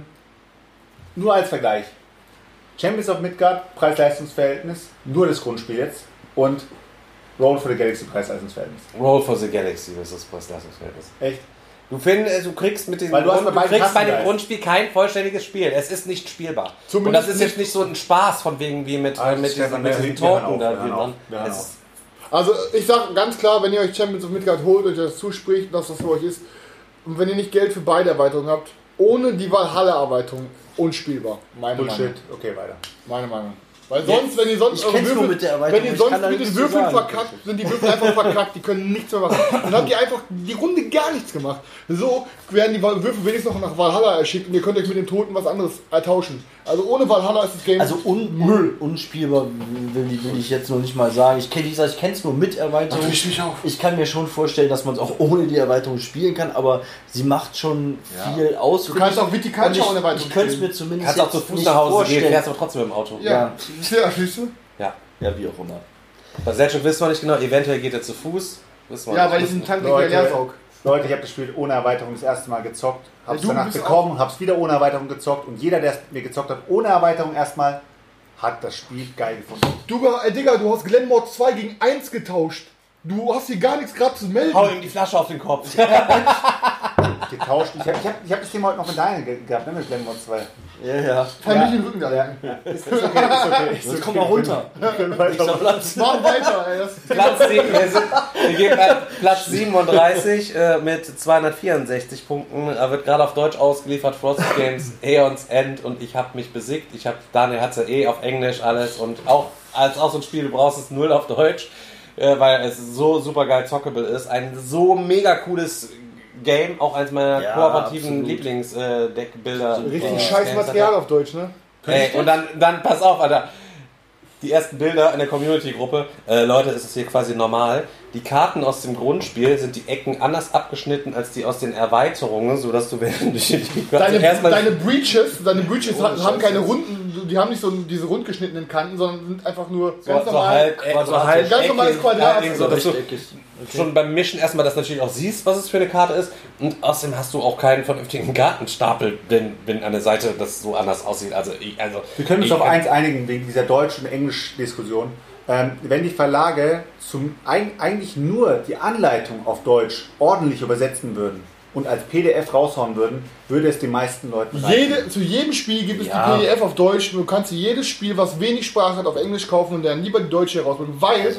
nur als Vergleich. Champions of Midgard, Preis-Leistungs-Verhältnis, nur das Grundspiel jetzt und Roll for the Galaxy, Preis-Leistungs-Verhältnis. Roll for the Galaxy, das ist das Preis-Leistungsverhältnis. Echt? Du findest, du kriegst mit dem Weil du hast Grund, bei du beiden kriegst bei dem Kassengeist. Grundspiel kein vollständiges Spiel. Es ist nicht spielbar. Zumindest und das ist nicht- jetzt nicht so ein Spaß von wegen wie mit, Ah, mit, Stefan, diesen, mit wir- diesen wir hören Token auf, da wir hören dran. auf, wir hören Es auf. ist- Also ich sag ganz klar, wenn ihr euch Champions of Midgard holt, euch das zuspricht, dass das für euch ist, und wenn ihr nicht Geld für beide Erweiterungen habt, ohne die Valhalla-Erweiterung unspielbar. Meine Bullshit. Meinung. Okay, weiter. Meine Meinung. Weil sonst, wenn ihr sonst Ich eure kenn's nur Würfel, mit der Erweiterung, wenn ihr ich sonst kann da mit den nichts zu Würfeln sagen. verkackt, sind die Würfel einfach verkackt, die können nichts mehr machen. Dann habt ihr einfach die Runde gar nichts gemacht. So werden die Würfel wenigstens noch nach Valhalla erschickt und ihr könnt euch mit den Toten was anderes ertauschen. Also ohne Valhalla ist das Game Also un Müll. unspielbar will, ich- will ich jetzt noch nicht mal sagen. Ich kenne ich kenne es nur mit Erweiterung. Natürlich mich auch. Ich kann mir schon vorstellen, dass man es auch ohne die Erweiterung spielen kann, aber sie macht schon viel aus. Du kannst auch Viticulture Und ich, ohne Erweiterung Ich könnte es spielen. mir zumindest Kannst auch zu jetzt Fuß nicht nach Hause gehen, vorstellen. fährst aber trotzdem mit dem Auto. Ja, Ja. ja, siehst du? Ja. Ja, wie auch immer. Bei Selchuk wissen wir nicht genau, eventuell geht er zu Fuß. Wissen wir Ja, nicht. weil ich einen Tank Leute, leer saug. Leute, ich habe das Spiel ohne Erweiterung das erste Mal gezockt, habe es Ja, du danach bist bekommen, habe es wieder ohne Erweiterung gezockt und jeder, der es mir gezockt hat, ohne Erweiterung erstmal, hat das Spiel geil gefunden. Du, äh, Digga, du hast Glenmore zwei gegen eins getauscht. Du hast hier gar nichts gerade zu melden. Hau ihm die Flasche auf den Kopf. Getauscht. Ich habe ich hab, ich hab das Thema heute noch mit Daniel ge- gehabt, ne, mit Glenmore zwei. Ja, ja. Fall Ja. mich in den Rücken da. Ja, ja. Ist, ist okay, ist okay. Ist Jetzt okay. komm mal runter. Wir können weiter. Mach weiter, ey. Das Platz sieben, wir, sind, wir gehen bei Platz siebenunddreißig äh, mit zweihundertvierundsechzig Punkten. Er wird gerade auf Deutsch ausgeliefert. Frosted Games, Aeons End und ich habe mich besiegt. Ich habe Daniel hat ja eh auf Englisch alles und auch als auch so ein Spiel, du brauchst es null auf Deutsch, äh, weil es so super geil zockable ist. Ein so mega cooles Game, auch eines meiner Ja, kooperativen absolut. Lieblingsdeckbilder. richtig scheiß Material auf Deutsch, ne? Ey, und dann, dann, pass auf, Alter. Die ersten Bilder in der Community-Gruppe. Äh, Leute, ist es hier quasi normal. Die Karten aus dem Grundspiel sind die Ecken anders abgeschnitten als die aus den Erweiterungen, sodass du während du die Deine, erstmal deine Breaches, deine Breaches Oh, haben, haben Scheiße. keine runden, die haben nicht so diese rundgeschnittenen Kanten, sondern sind einfach nur so, ganz so normal. halb, äh, so halb Ganz normales eckig, Quadrat. halb eckig, so, dass du Rechteckig. schon beim Mischen erstmal das natürlich auch siehst, was es für eine Karte ist. Und außerdem hast du auch keinen vernünftigen Gartenstapel, wenn, wenn an der Seite das so anders aussieht. Also, ich, also Wir können uns ich, auf eins einigen wegen dieser Deutsch- und Englisch-Diskussion. Ähm, wenn die Verlage zum, ein, eigentlich nur die Anleitung auf Deutsch ordentlich übersetzen würden und als P D F raushauen würden, würde es den meisten Leuten reichen. Jede, zu jedem Spiel gibt es Ja. die P D F auf Deutsch. Du kannst dir jedes Spiel, was wenig Sprache hat, auf Englisch kaufen und dann lieber die deutsche herausbringen, weil Also-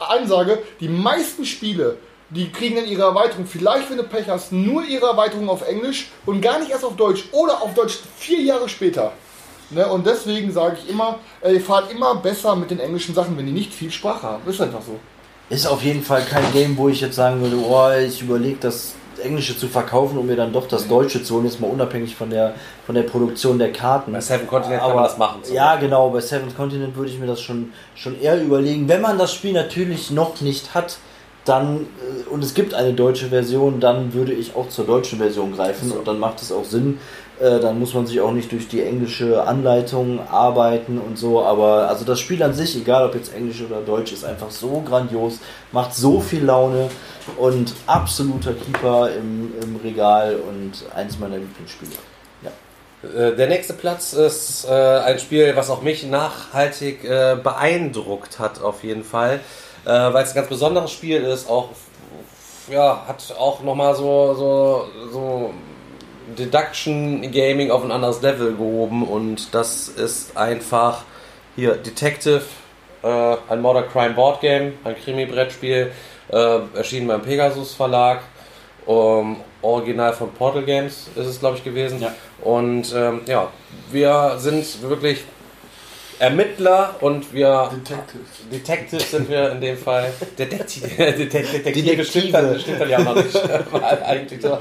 Ansage, die meisten Spiele, die kriegen dann ihre Erweiterung, vielleicht wenn du Pech hast, nur ihre Erweiterung auf Englisch und gar nicht erst auf Deutsch oder auf Deutsch vier Jahre später. Ne? Und deswegen sage ich immer, ihr fahrt immer besser mit den englischen Sachen, wenn die nicht viel Sprache haben. Ist einfach so. Ist auf jeden Fall kein Game, wo ich jetzt sagen würde, oh, ich überlege das Englische zu verkaufen, um mir dann doch das Deutsche zu holen, jetzt mal unabhängig von der, von der Produktion der Karten. Bei Seven Continent kann man das machen. So. Ja, genau, bei Seven Continent würde ich mir das schon, schon eher überlegen. Wenn man das Spiel natürlich noch nicht hat, dann, und es gibt eine deutsche Version, dann würde ich auch zur deutschen Version greifen so. Und dann macht es auch Sinn. Äh, dann muss man sich auch nicht durch die englische Anleitung arbeiten und so, aber also das Spiel an sich, egal ob jetzt Englisch oder Deutsch, ist einfach so grandios, macht so viel Laune und absoluter Keeper im, im Regal und eins meiner Lieblingsspiele. Ja. Der nächste Platz ist äh, ein Spiel, was auch mich nachhaltig äh, beeindruckt hat auf jeden Fall. Äh, weil es ein ganz besonderes Spiel ist, auch ja, hat auch nochmal so, so, so Deduction Gaming auf ein anderes Level gehoben und das ist einfach hier Detective, äh, ein Murder Crime Board Game, ein Krimi-Brettspiel, äh, erschienen beim Pegasus Verlag, um, original von Portal Games ist es glaube ich gewesen. Ja. Und ähm, ja, wir sind wirklich Ermittler und wir Detectives. Detectives sind wir in dem Fall. Detektive, Detektive, Detektive stimmt dann, stimmt dann ja auch noch nicht. Eigentlich so.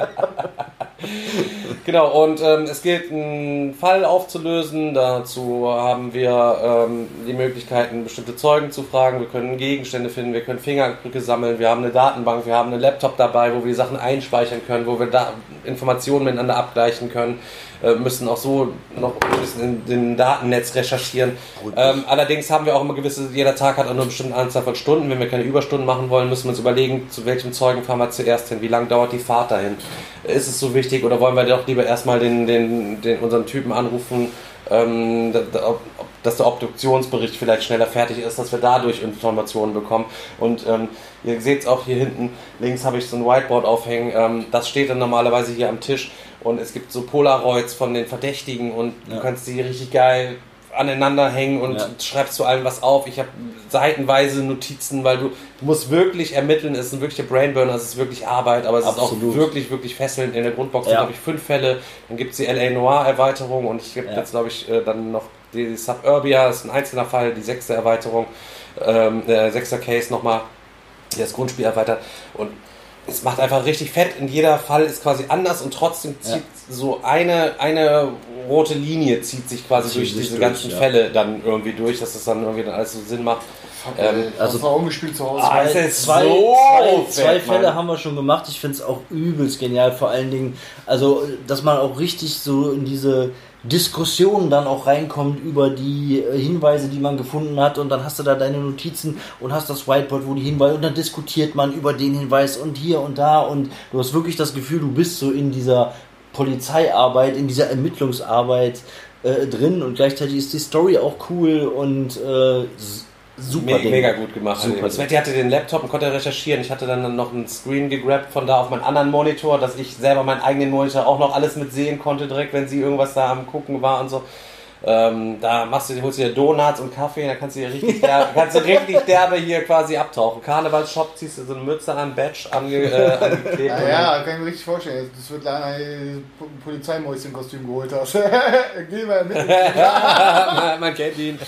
Genau, und ähm, es gilt, einen Fall aufzulösen. Dazu haben wir ähm, die Möglichkeiten, bestimmte Zeugen zu fragen. Wir können Gegenstände finden, wir können Fingerabdrücke sammeln, wir haben eine Datenbank, wir haben einen Laptop dabei, wo wir Sachen einspeichern können, wo wir da Informationen miteinander abgleichen können. Äh, müssen auch so noch ein bisschen in dem Datennetz recherchieren. Ähm, allerdings haben wir auch immer gewisse, jeder Tag hat auch nur eine bestimmte Anzahl von Stunden. Wenn wir keine Überstunden machen wollen, müssen wir uns überlegen, zu welchem Zeugen fahren wir zuerst hin, wie lange dauert die Fahrt dahin. Ist es so wichtig oder wollen wir doch lieber erstmal den, den, den, unseren Typen anrufen, ähm, dass der Obduktionsbericht vielleicht schneller fertig ist, dass wir dadurch Informationen bekommen. Und ähm, ihr seht es auch hier hinten, links habe ich so ein Whiteboard aufhängen, ähm, das steht dann normalerweise hier am Tisch und es gibt so Polaroids von den Verdächtigen und ja. Du kannst die richtig geil aneinander hängen und ja. schreibst zu allem was auf. Ich habe seitenweise Notizen, weil du, du musst wirklich ermitteln, es ist ein wirklicher Brainburner, es ist wirklich Arbeit, aber es Absolut. Ist auch wirklich, wirklich fesselnd. In der Grundbox ja. sind, glaube ich, fünf Fälle, dann gibt es die L A Noir Erweiterung und ich gibt ja. jetzt, glaube ich, dann noch die Suburbia, das ist ein einzelner Fall, die sechste Erweiterung, ähm, der sechster Case nochmal, der das Grundspiel erweitert und es macht einfach richtig fett und jeder Fall ist quasi anders und trotzdem zieht ja. so eine, eine rote Linie zieht sich quasi durch diese durch, ganzen ja. Fälle dann irgendwie durch, dass das dann irgendwie dann alles so Sinn macht. Ähm, also das war ungespielt zu Hause. Ah, zwei, zwei, so zwei, zwei Fälle Mann. Haben wir schon gemacht. Ich finde es auch übelst genial, vor allen Dingen, also dass man auch richtig so in diese Diskussionen dann auch reinkommt über die Hinweise, die man gefunden hat und dann hast du da deine Notizen und hast das Whiteboard, wo die Hinweise und dann diskutiert man über den Hinweis und hier und da und du hast wirklich das Gefühl, du bist so in dieser Polizeiarbeit, in dieser Ermittlungsarbeit äh, drin und gleichzeitig ist die Story auch cool und äh, super Me- mega gut gemacht. Super Sveti hatte den Laptop und konnte recherchieren. Ich hatte dann noch einen Screen gegrabt von da auf meinen anderen Monitor, dass ich selber meinen eigenen Monitor auch noch alles mit sehen konnte, direkt wenn sie irgendwas da am Gucken war und so. Ähm, da machst du, holst du dir Donuts und Kaffee, da kannst du dir richtig, derbe, kannst du richtig derbe hier quasi abtauchen. Karnevalsshop, ziehst du so eine Mütze an, Badge ange, äh, angeklebt. Ja, ja, kann ich mir richtig vorstellen. Das wird leider ein Polizeimäuschen-Kostüm geholt hast. Geh mal mit. man, man kennt ihn.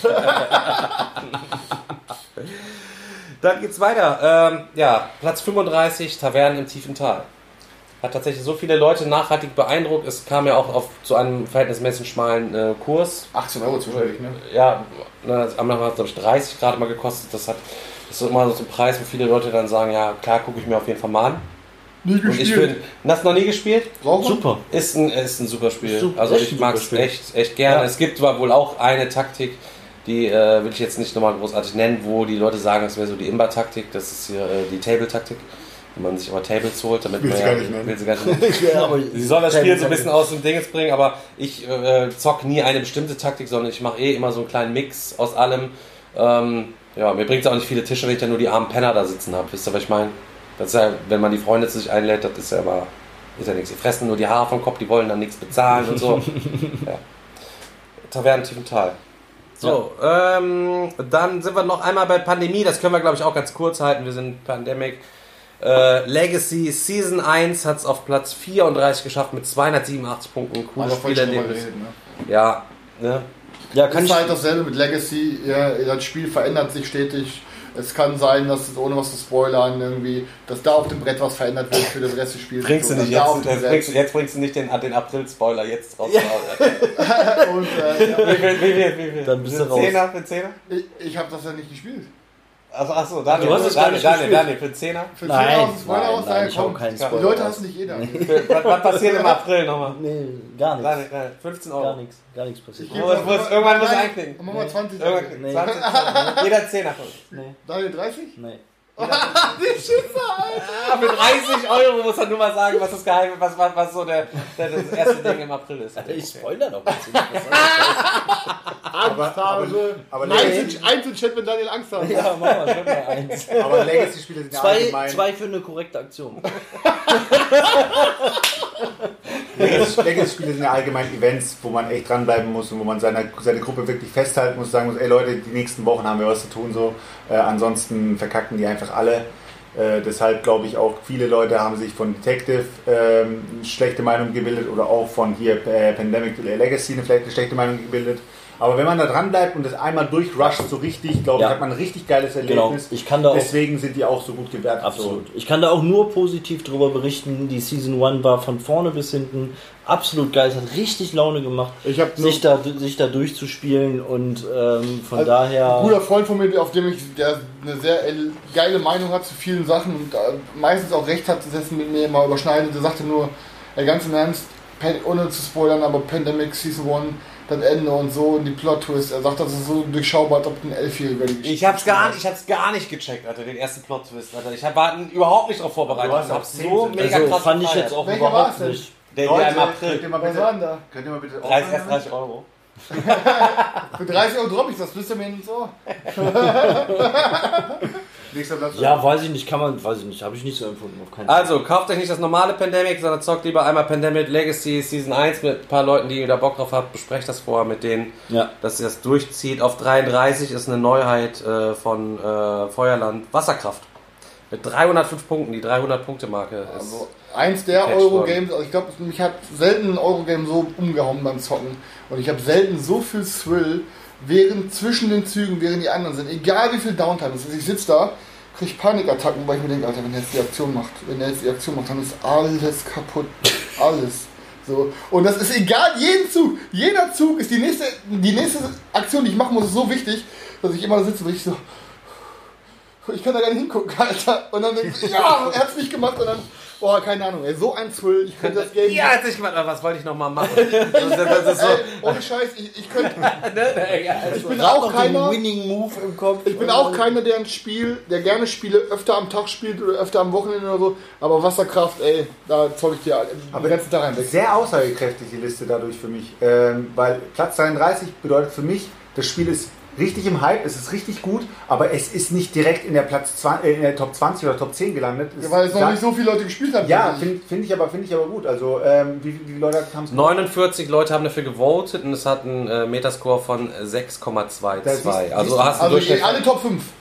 Dann geht's weiter. Ähm, ja, Platz fünfunddreißig, Tavernen im tiefen Tal. Hat tatsächlich so viele Leute nachhaltig beeindruckt. Es kam ja auch auf zu einem verhältnismäßig schmalen äh, Kurs. achtzehn Euro zufällig, ne? Ja, ne, am Anfang hat es, glaube ich, dreißig Grad mal gekostet. Das hat das ist immer so ein Preis, wo viele Leute dann sagen, ja, klar, gucke ich mir auf jeden Fall mal an. Nie gespielt. Und ich finde, hast du noch nie gespielt? Brauchen? Super. Ist ein, ist ein super Spiel. Super, also ich mag es echt, echt gerne. Ja. Es gibt aber wohl auch eine Taktik, die äh, will ich jetzt nicht nochmal großartig nennen, wo die Leute sagen, das wäre so die Imba-Taktik. Das ist hier äh, die Table-Taktik. Wenn man sich immer Tables holt, damit will man sie ja, gar nicht will sie gar nicht ja, aber sie soll das Spiel so ein bisschen aus dem Dinges bringen, aber ich äh, zock nie eine bestimmte Taktik, sondern ich mache eh immer so einen kleinen Mix aus allem. Ähm, ja, mir bringt es auch nicht viele Tische, wenn ich dann nur die armen Penner da sitzen habe. Wisst ihr, was ich meine? Das ist ja, wenn man die Freunde zu sich einlädt, das ist ja aber ist ja nichts. Die fressen nur die Haare vom Kopf, die wollen dann nichts bezahlen und so. Ja. Tavernen Tiefental. So, ja. ähm, dann sind wir noch einmal bei Pandemie. Das können wir, glaube ich, auch ganz kurz halten. Wir sind Pandemic. Äh, Legacy Season eins hat es auf Platz vierunddreißig geschafft mit zweihundertsiebenundachtzig Punkten. Cooles Spiel, in dem ist. Ne? Ja, ne? Ja, kann ist halt dasselbe mit Legacy. Ja, das Spiel verändert sich stetig. Es kann sein, dass es, ohne was zu spoilern, irgendwie, dass da auf dem Brett was verändert wird für das Rest des Spiels. Bringst so, du nicht jetzt, jetzt, bringst, jetzt bringst du nicht den, den April-Spoiler jetzt raus. Ja. Und, äh, ja. Wie viel, wie viel, wie viel? Dann bist du raus. Zehner für Zehner? Ich, ich habe das ja nicht gespielt. Achso, achso, Daniel, du hast es Daniel, gar Daniel, nicht Daniel, für einen Zehner? Für nein, Zehner aus dem Spoiler nein, aus, nein, daher kommt. keinen Die Leute hassen nicht jeder. Nee. was, was passiert im April nochmal? Nee, gar nichts. Daniel, Daniel, fünfzehn Euro. Gar nichts, gar nichts passiert. Ich Muss, muss, irgendwann muss er einknicken. Machen wir mal zwanzig. Irgendwann, Nee. zwanzig, jeder Zehner von uns. Nee, Daniel, dreißig? nee. Die Schüsse, Alter! Ah, für dreißig Euro muss er nur mal sagen, was das Geheim, was, was, was so der, der, das erste Ding im April ist. Ich spoiler doch mal. Angst habe. aber Eins in- eins in Chat, wenn Daniel Angst hat. Ja, mach mal, schon mal eins. Aber Legacy-Spiele sind ja Zwei, allgemein. zwei für eine korrekte Aktion. Legacy-Spiele sind ja allgemein Events, wo man echt dranbleiben muss und wo man seine, seine Gruppe wirklich festhalten muss, sagen muss, ey Leute, die nächsten Wochen haben wir was zu tun, so. Äh, ansonsten verkacken die einfach alle. Äh, deshalb glaube ich auch, viele Leute haben sich von Detective ähm, eine schlechte Meinung gebildet oder auch von hier äh, Pandemic Legacy eine vielleicht eine schlechte Meinung gebildet. Aber wenn man da dran bleibt und das einmal durchrusht so richtig, glaube ich, Ja. hat man ein richtig geiles Erlebnis. Genau. Ich kann da auch- Deswegen sind die auch so gut gewertet. Absolut. Ich kann da auch nur positiv drüber berichten. Die Season eins war von vorne bis hinten absolut geil. Es hat richtig Laune gemacht, Ich hab nur- sich, da, sich da durchzuspielen und ähm, von Also, daher... Ein guter Freund von mir, auf dem ich, der eine sehr geile Meinung hat zu vielen Sachen und äh, meistens auch recht hat, das mit mir mal überschneidet. Der sagte nur, ey, ganz im Ernst, Pan- ohne zu spoilern, aber Pandemic Season eins, das Ende und so und die Plot-Twist. Er sagt, das ist so durchschaubar, als ob ein Elfjähriger die Geschichte Ich hab's gar schreibt. nicht, ich hab's gar nicht gecheckt, Alter, den ersten Plot-Twist, Alter. Ich hab, war überhaupt nicht darauf vorbereitet. Du hast Ich auch hab's zehn so sind. mega also krass fand ich gefeiert. jetzt auch Welcher war's überhaupt denn? nicht. Der, Leute, der im könnt April. ihr mal Was bitte, war denn da? könnt ihr mal bitte dreißig, aufhören? erst dreißig Euro. Für dreißig Euro droppe ich das, bist du mir ins Ohr? Nächster Platz. Ja, weiß ich nicht, kann man, weiß ich nicht, habe ich nicht so empfunden. Auf keinen Fall. Also, kauft euch nicht das normale Pandemic, sondern zockt lieber einmal Pandemic Legacy Season eins mit ein paar Leuten, die ihr da Bock drauf habt. Besprecht das vorher mit denen, Ja. dass ihr das durchzieht. Auf dreiunddreißig ist eine Neuheit äh, von äh, Feuerland Wasserkraft. Mit dreihundertfünf Punkten, die dreihundert-Punkte-Marke ist. Also eins der Catch Eurogames, also ich glaube, mich hat selten ein Eurogame so umgehauen beim Zocken. Und ich habe selten so viel Thrill, während zwischen den Zügen, während die anderen sind. Egal wie viel Downtime es ist. Ich sitze da, kriege Panikattacken, weil ich mir denke, Alter, wenn er jetzt die Aktion macht, wenn er jetzt die Aktion macht, dann ist alles kaputt. Alles. So. Und das ist egal, jeden Zug, jeder Zug ist die nächste, die nächste Aktion, die ich machen muss, ist so wichtig, dass ich immer da sitze und ich so, ich kann da gar nicht hingucken, Alter. Und dann denke ich, ja, er hat's nicht gemacht und dann, boah, keine Ahnung, ey, so ein Thrill, ich könnte das Game... Ja, hat sich gemacht, aber was wollte ich nochmal machen? Das, das, das ist so, Ey, ohne Scheiß, ich, ich könnte... Ich bin Hab auch noch keiner... den Winning Move im Kopf. Ich bin auch keiner, der ein Spiel, der gerne Spiele öfter am Tag spielt oder öfter am Wochenende oder so, aber Wasserkraft, ey, da zoll ich dir den ganzen Tag rein weg. Sehr aussagekräftig die Liste dadurch für mich, ähm, weil Platz dreiunddreißig bedeutet für mich, das Spiel ist richtig im Hype, es ist richtig gut, aber es ist nicht direkt in der Platz zwanzig, äh, in der Top zwanzig oder Top zehn gelandet. Es Ja, weil es noch sagt- nicht so viele Leute gespielt haben. Ja, finde ich. finde find ich aber finde ich aber gut. Also ähm, wie, wie viele Leute haben es neunundvierzig Leute haben dafür gewotet und es hat einen äh, Metascore von sechs Komma Da siehst- zweiundzwanzig. Also siehst du- hast du Also Durchschnitt. je- alle Top fünf.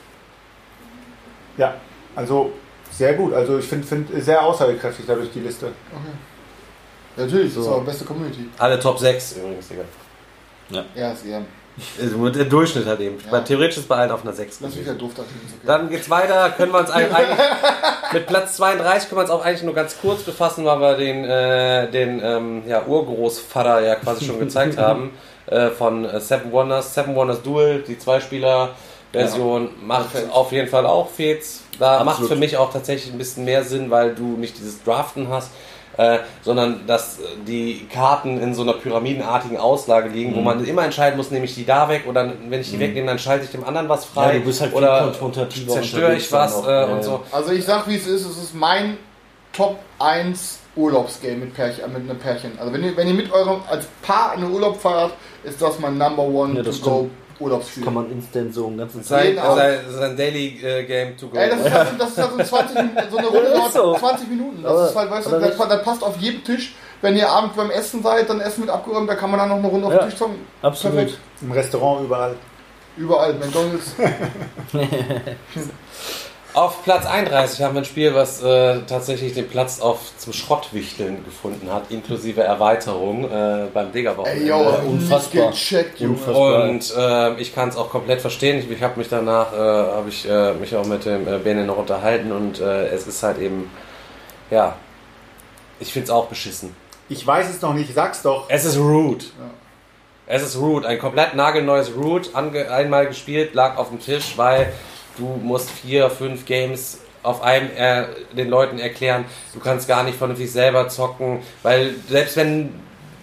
Ja, also sehr gut. Also ich finde find sehr aussagekräftig dadurch die Liste. Natürlich, das ist So. auch beste Community. Alle Top sechs übrigens, Digga. Ja, ist eher. Also der Durchschnitt halt eben. Ja. Theoretisch ist bei allen auf einer sechs. Lass mich ja doof da ist okay. Dann geht's weiter, können wir uns eigentlich mit Platz zweiunddreißig können wir uns auch eigentlich nur ganz kurz befassen, weil wir den, äh, den ähm, ja, Urgroßvater ja quasi schon gezeigt haben äh, von äh, Seven Wonders. Seven Wonders Duel, die Zweispieler-Version, macht Perfekt. auf jeden Fall auch Fets. Da Absolut. macht für mich auch tatsächlich ein bisschen mehr Sinn, weil du nicht dieses Draften hast. Äh, sondern dass äh, die Karten in so einer pyramidenartigen Auslage liegen, Mhm. wo man immer entscheiden muss, nehme ich die da weg oder wenn ich die wegnehme, dann schalte ich dem anderen was frei Ja, du bist halt viel oder konfrontativer zerstöre ich unterwegs dann was noch. äh, Ja, und ja. so. Also ich sag wie es ist, es ist mein Top eins Urlaubsgame mit Pärchen, äh, mit einem Pärchen. Also wenn ihr, wenn ihr mit eurem als Paar in den Urlaub fahrt, ist das mein Number One Ja, das to go Urlaubsspiel. Kann man instant so einen ganzen Sein, jeden Abend. sein, sein Daily äh, Game to go. Ey, das ist halt, das ist halt so, zwanzig Minuten, so eine Runde Ja, dauert ist so. zwanzig Minuten. Das Aber- ist halt, weißt du, aber das, das- das passt auf jedem Tisch. Wenn ihr abends beim Essen seid, dann Essen mit abgeräumt, da kann man dann noch eine Runde auf Ja. den Tisch zocken. Absolut. Perfekt. Im Restaurant überall. Überall, McDonalds. Auf Platz einunddreißig haben wir ein Spiel, was äh, tatsächlich den Platz auf zum Schrottwichteln gefunden hat, inklusive Erweiterung äh, beim Digga-Wochenende. Ey, yo, unfassbar. nicht gecheckt, Junge. Und äh, ich kann es auch komplett verstehen. Ich, ich habe mich danach, äh, habe ich äh, mich auch mit dem äh, Bene noch unterhalten und äh, es ist halt eben, ja, ich finde es auch beschissen. Ich weiß es noch nicht, sag's doch. Es ist Root. Ja. Es ist Root, ein komplett nagelneues Root, ange- einmal gespielt, lag auf dem Tisch, weil du musst vier, fünf Games auf einem äh, den Leuten erklären, du kannst gar nicht vernünftig selber zocken, weil selbst wenn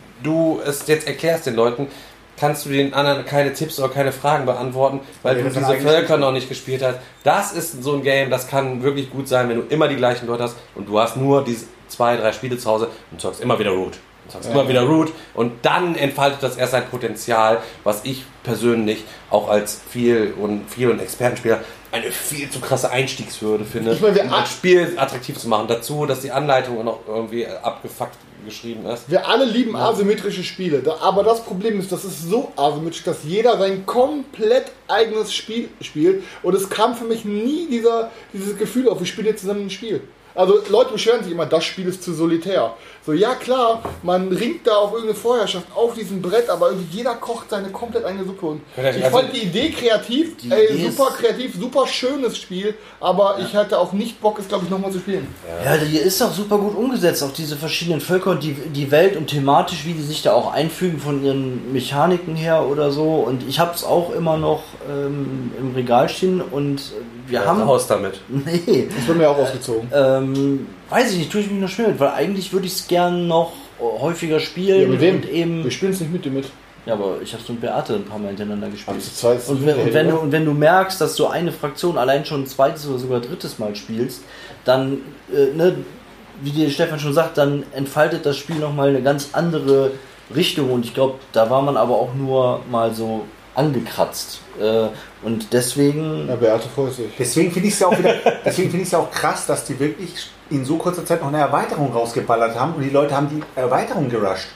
du es jetzt erklärst den Leuten, kannst du den anderen keine Tipps oder keine Fragen beantworten, weil Ja, du das ist diese eigentlich Völker nicht- noch nicht gespielt hast. Das ist so ein Game, das kann wirklich gut sein, wenn du immer die gleichen Leute hast und du hast nur diese zwei, drei Spiele zu Hause und zockst immer wieder Root. Du zockst immer wieder Root und dann entfaltet das erst sein Potenzial, was ich persönlich auch als viel und viel und Expertenspieler eine viel zu krasse Einstiegshürde finde, Ich meine, wir um a- das Spiel attraktiv zu machen. Dazu, dass die Anleitung noch irgendwie abgefuckt geschrieben ist. Wir alle lieben asymmetrische Spiele, da- aber das Problem ist, das ist so asymmetrisch, dass jeder sein komplett eigenes Spiel spielt und es kam für mich nie dieser, dieses Gefühl auf, wir spielen jetzt zusammen ein Spiel. Also Leute beschweren sich immer, das Spiel ist zu solitär. So, ja klar, man ringt da auf irgendeine Vorherrschaft auf diesem Brett, aber irgendwie jeder kocht seine komplett eigene Suppe. Und Also- ich fand die Idee kreativ, Die ey, Idee super ist- kreativ, super schönes Spiel, aber ich hatte auch nicht Bock, es glaube ich nochmal zu spielen. Ja, die ist auch super gut umgesetzt, auch diese verschiedenen Völker und die, die Welt und thematisch, wie die sich da auch einfügen von ihren Mechaniken her oder so. Und ich habe es auch immer noch ähm, im Regal stehen und wir haben... Haus damit. Nee, Das wird mir auch ausgezogen. ähm, weiß ich nicht, tue ich mich noch schwer mit, weil eigentlich würde ich es gern noch häufiger spielen Ja, mit wem? und eben... Wir spielen es nicht mit dir mit. Ja, aber ich habe es mit Beate ein paar Mal hintereinander gespielt. Aber zu zweit ist Und es wenn, okay, und, wenn du, oder? und wenn du merkst, dass du eine Fraktion allein schon ein zweites oder sogar drittes Mal spielst, dann, äh, ne, wie dir Stefan schon sagt, dann entfaltet das Spiel nochmal eine ganz andere Richtung. Und ich glaube, da war man aber auch nur mal so angekratzt. Äh, und deswegen... Ja, Beate freut sich. Deswegen finde ich es ja auch wieder, deswegen finde ich es ja auch krass, dass die wirklich in so kurzer Zeit noch eine Erweiterung rausgeballert haben und die Leute haben die Erweiterung gerusht.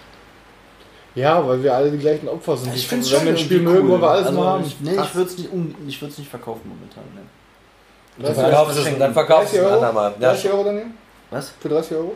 Ja, weil wir alle die gleichen Opfer sind. Ich finde es Wenn schon wir ein Spiel irgendwie mögen, cool. wollen wir alles Also, mal haben. ich, nee, ich würde es nicht, um, ich würd's nicht verkaufen momentan. Ne. Dann verkaufst du es, dann verkaufst du es ein andermal. Ja, dreißig Euro daneben? Was? Für dreißig Euro?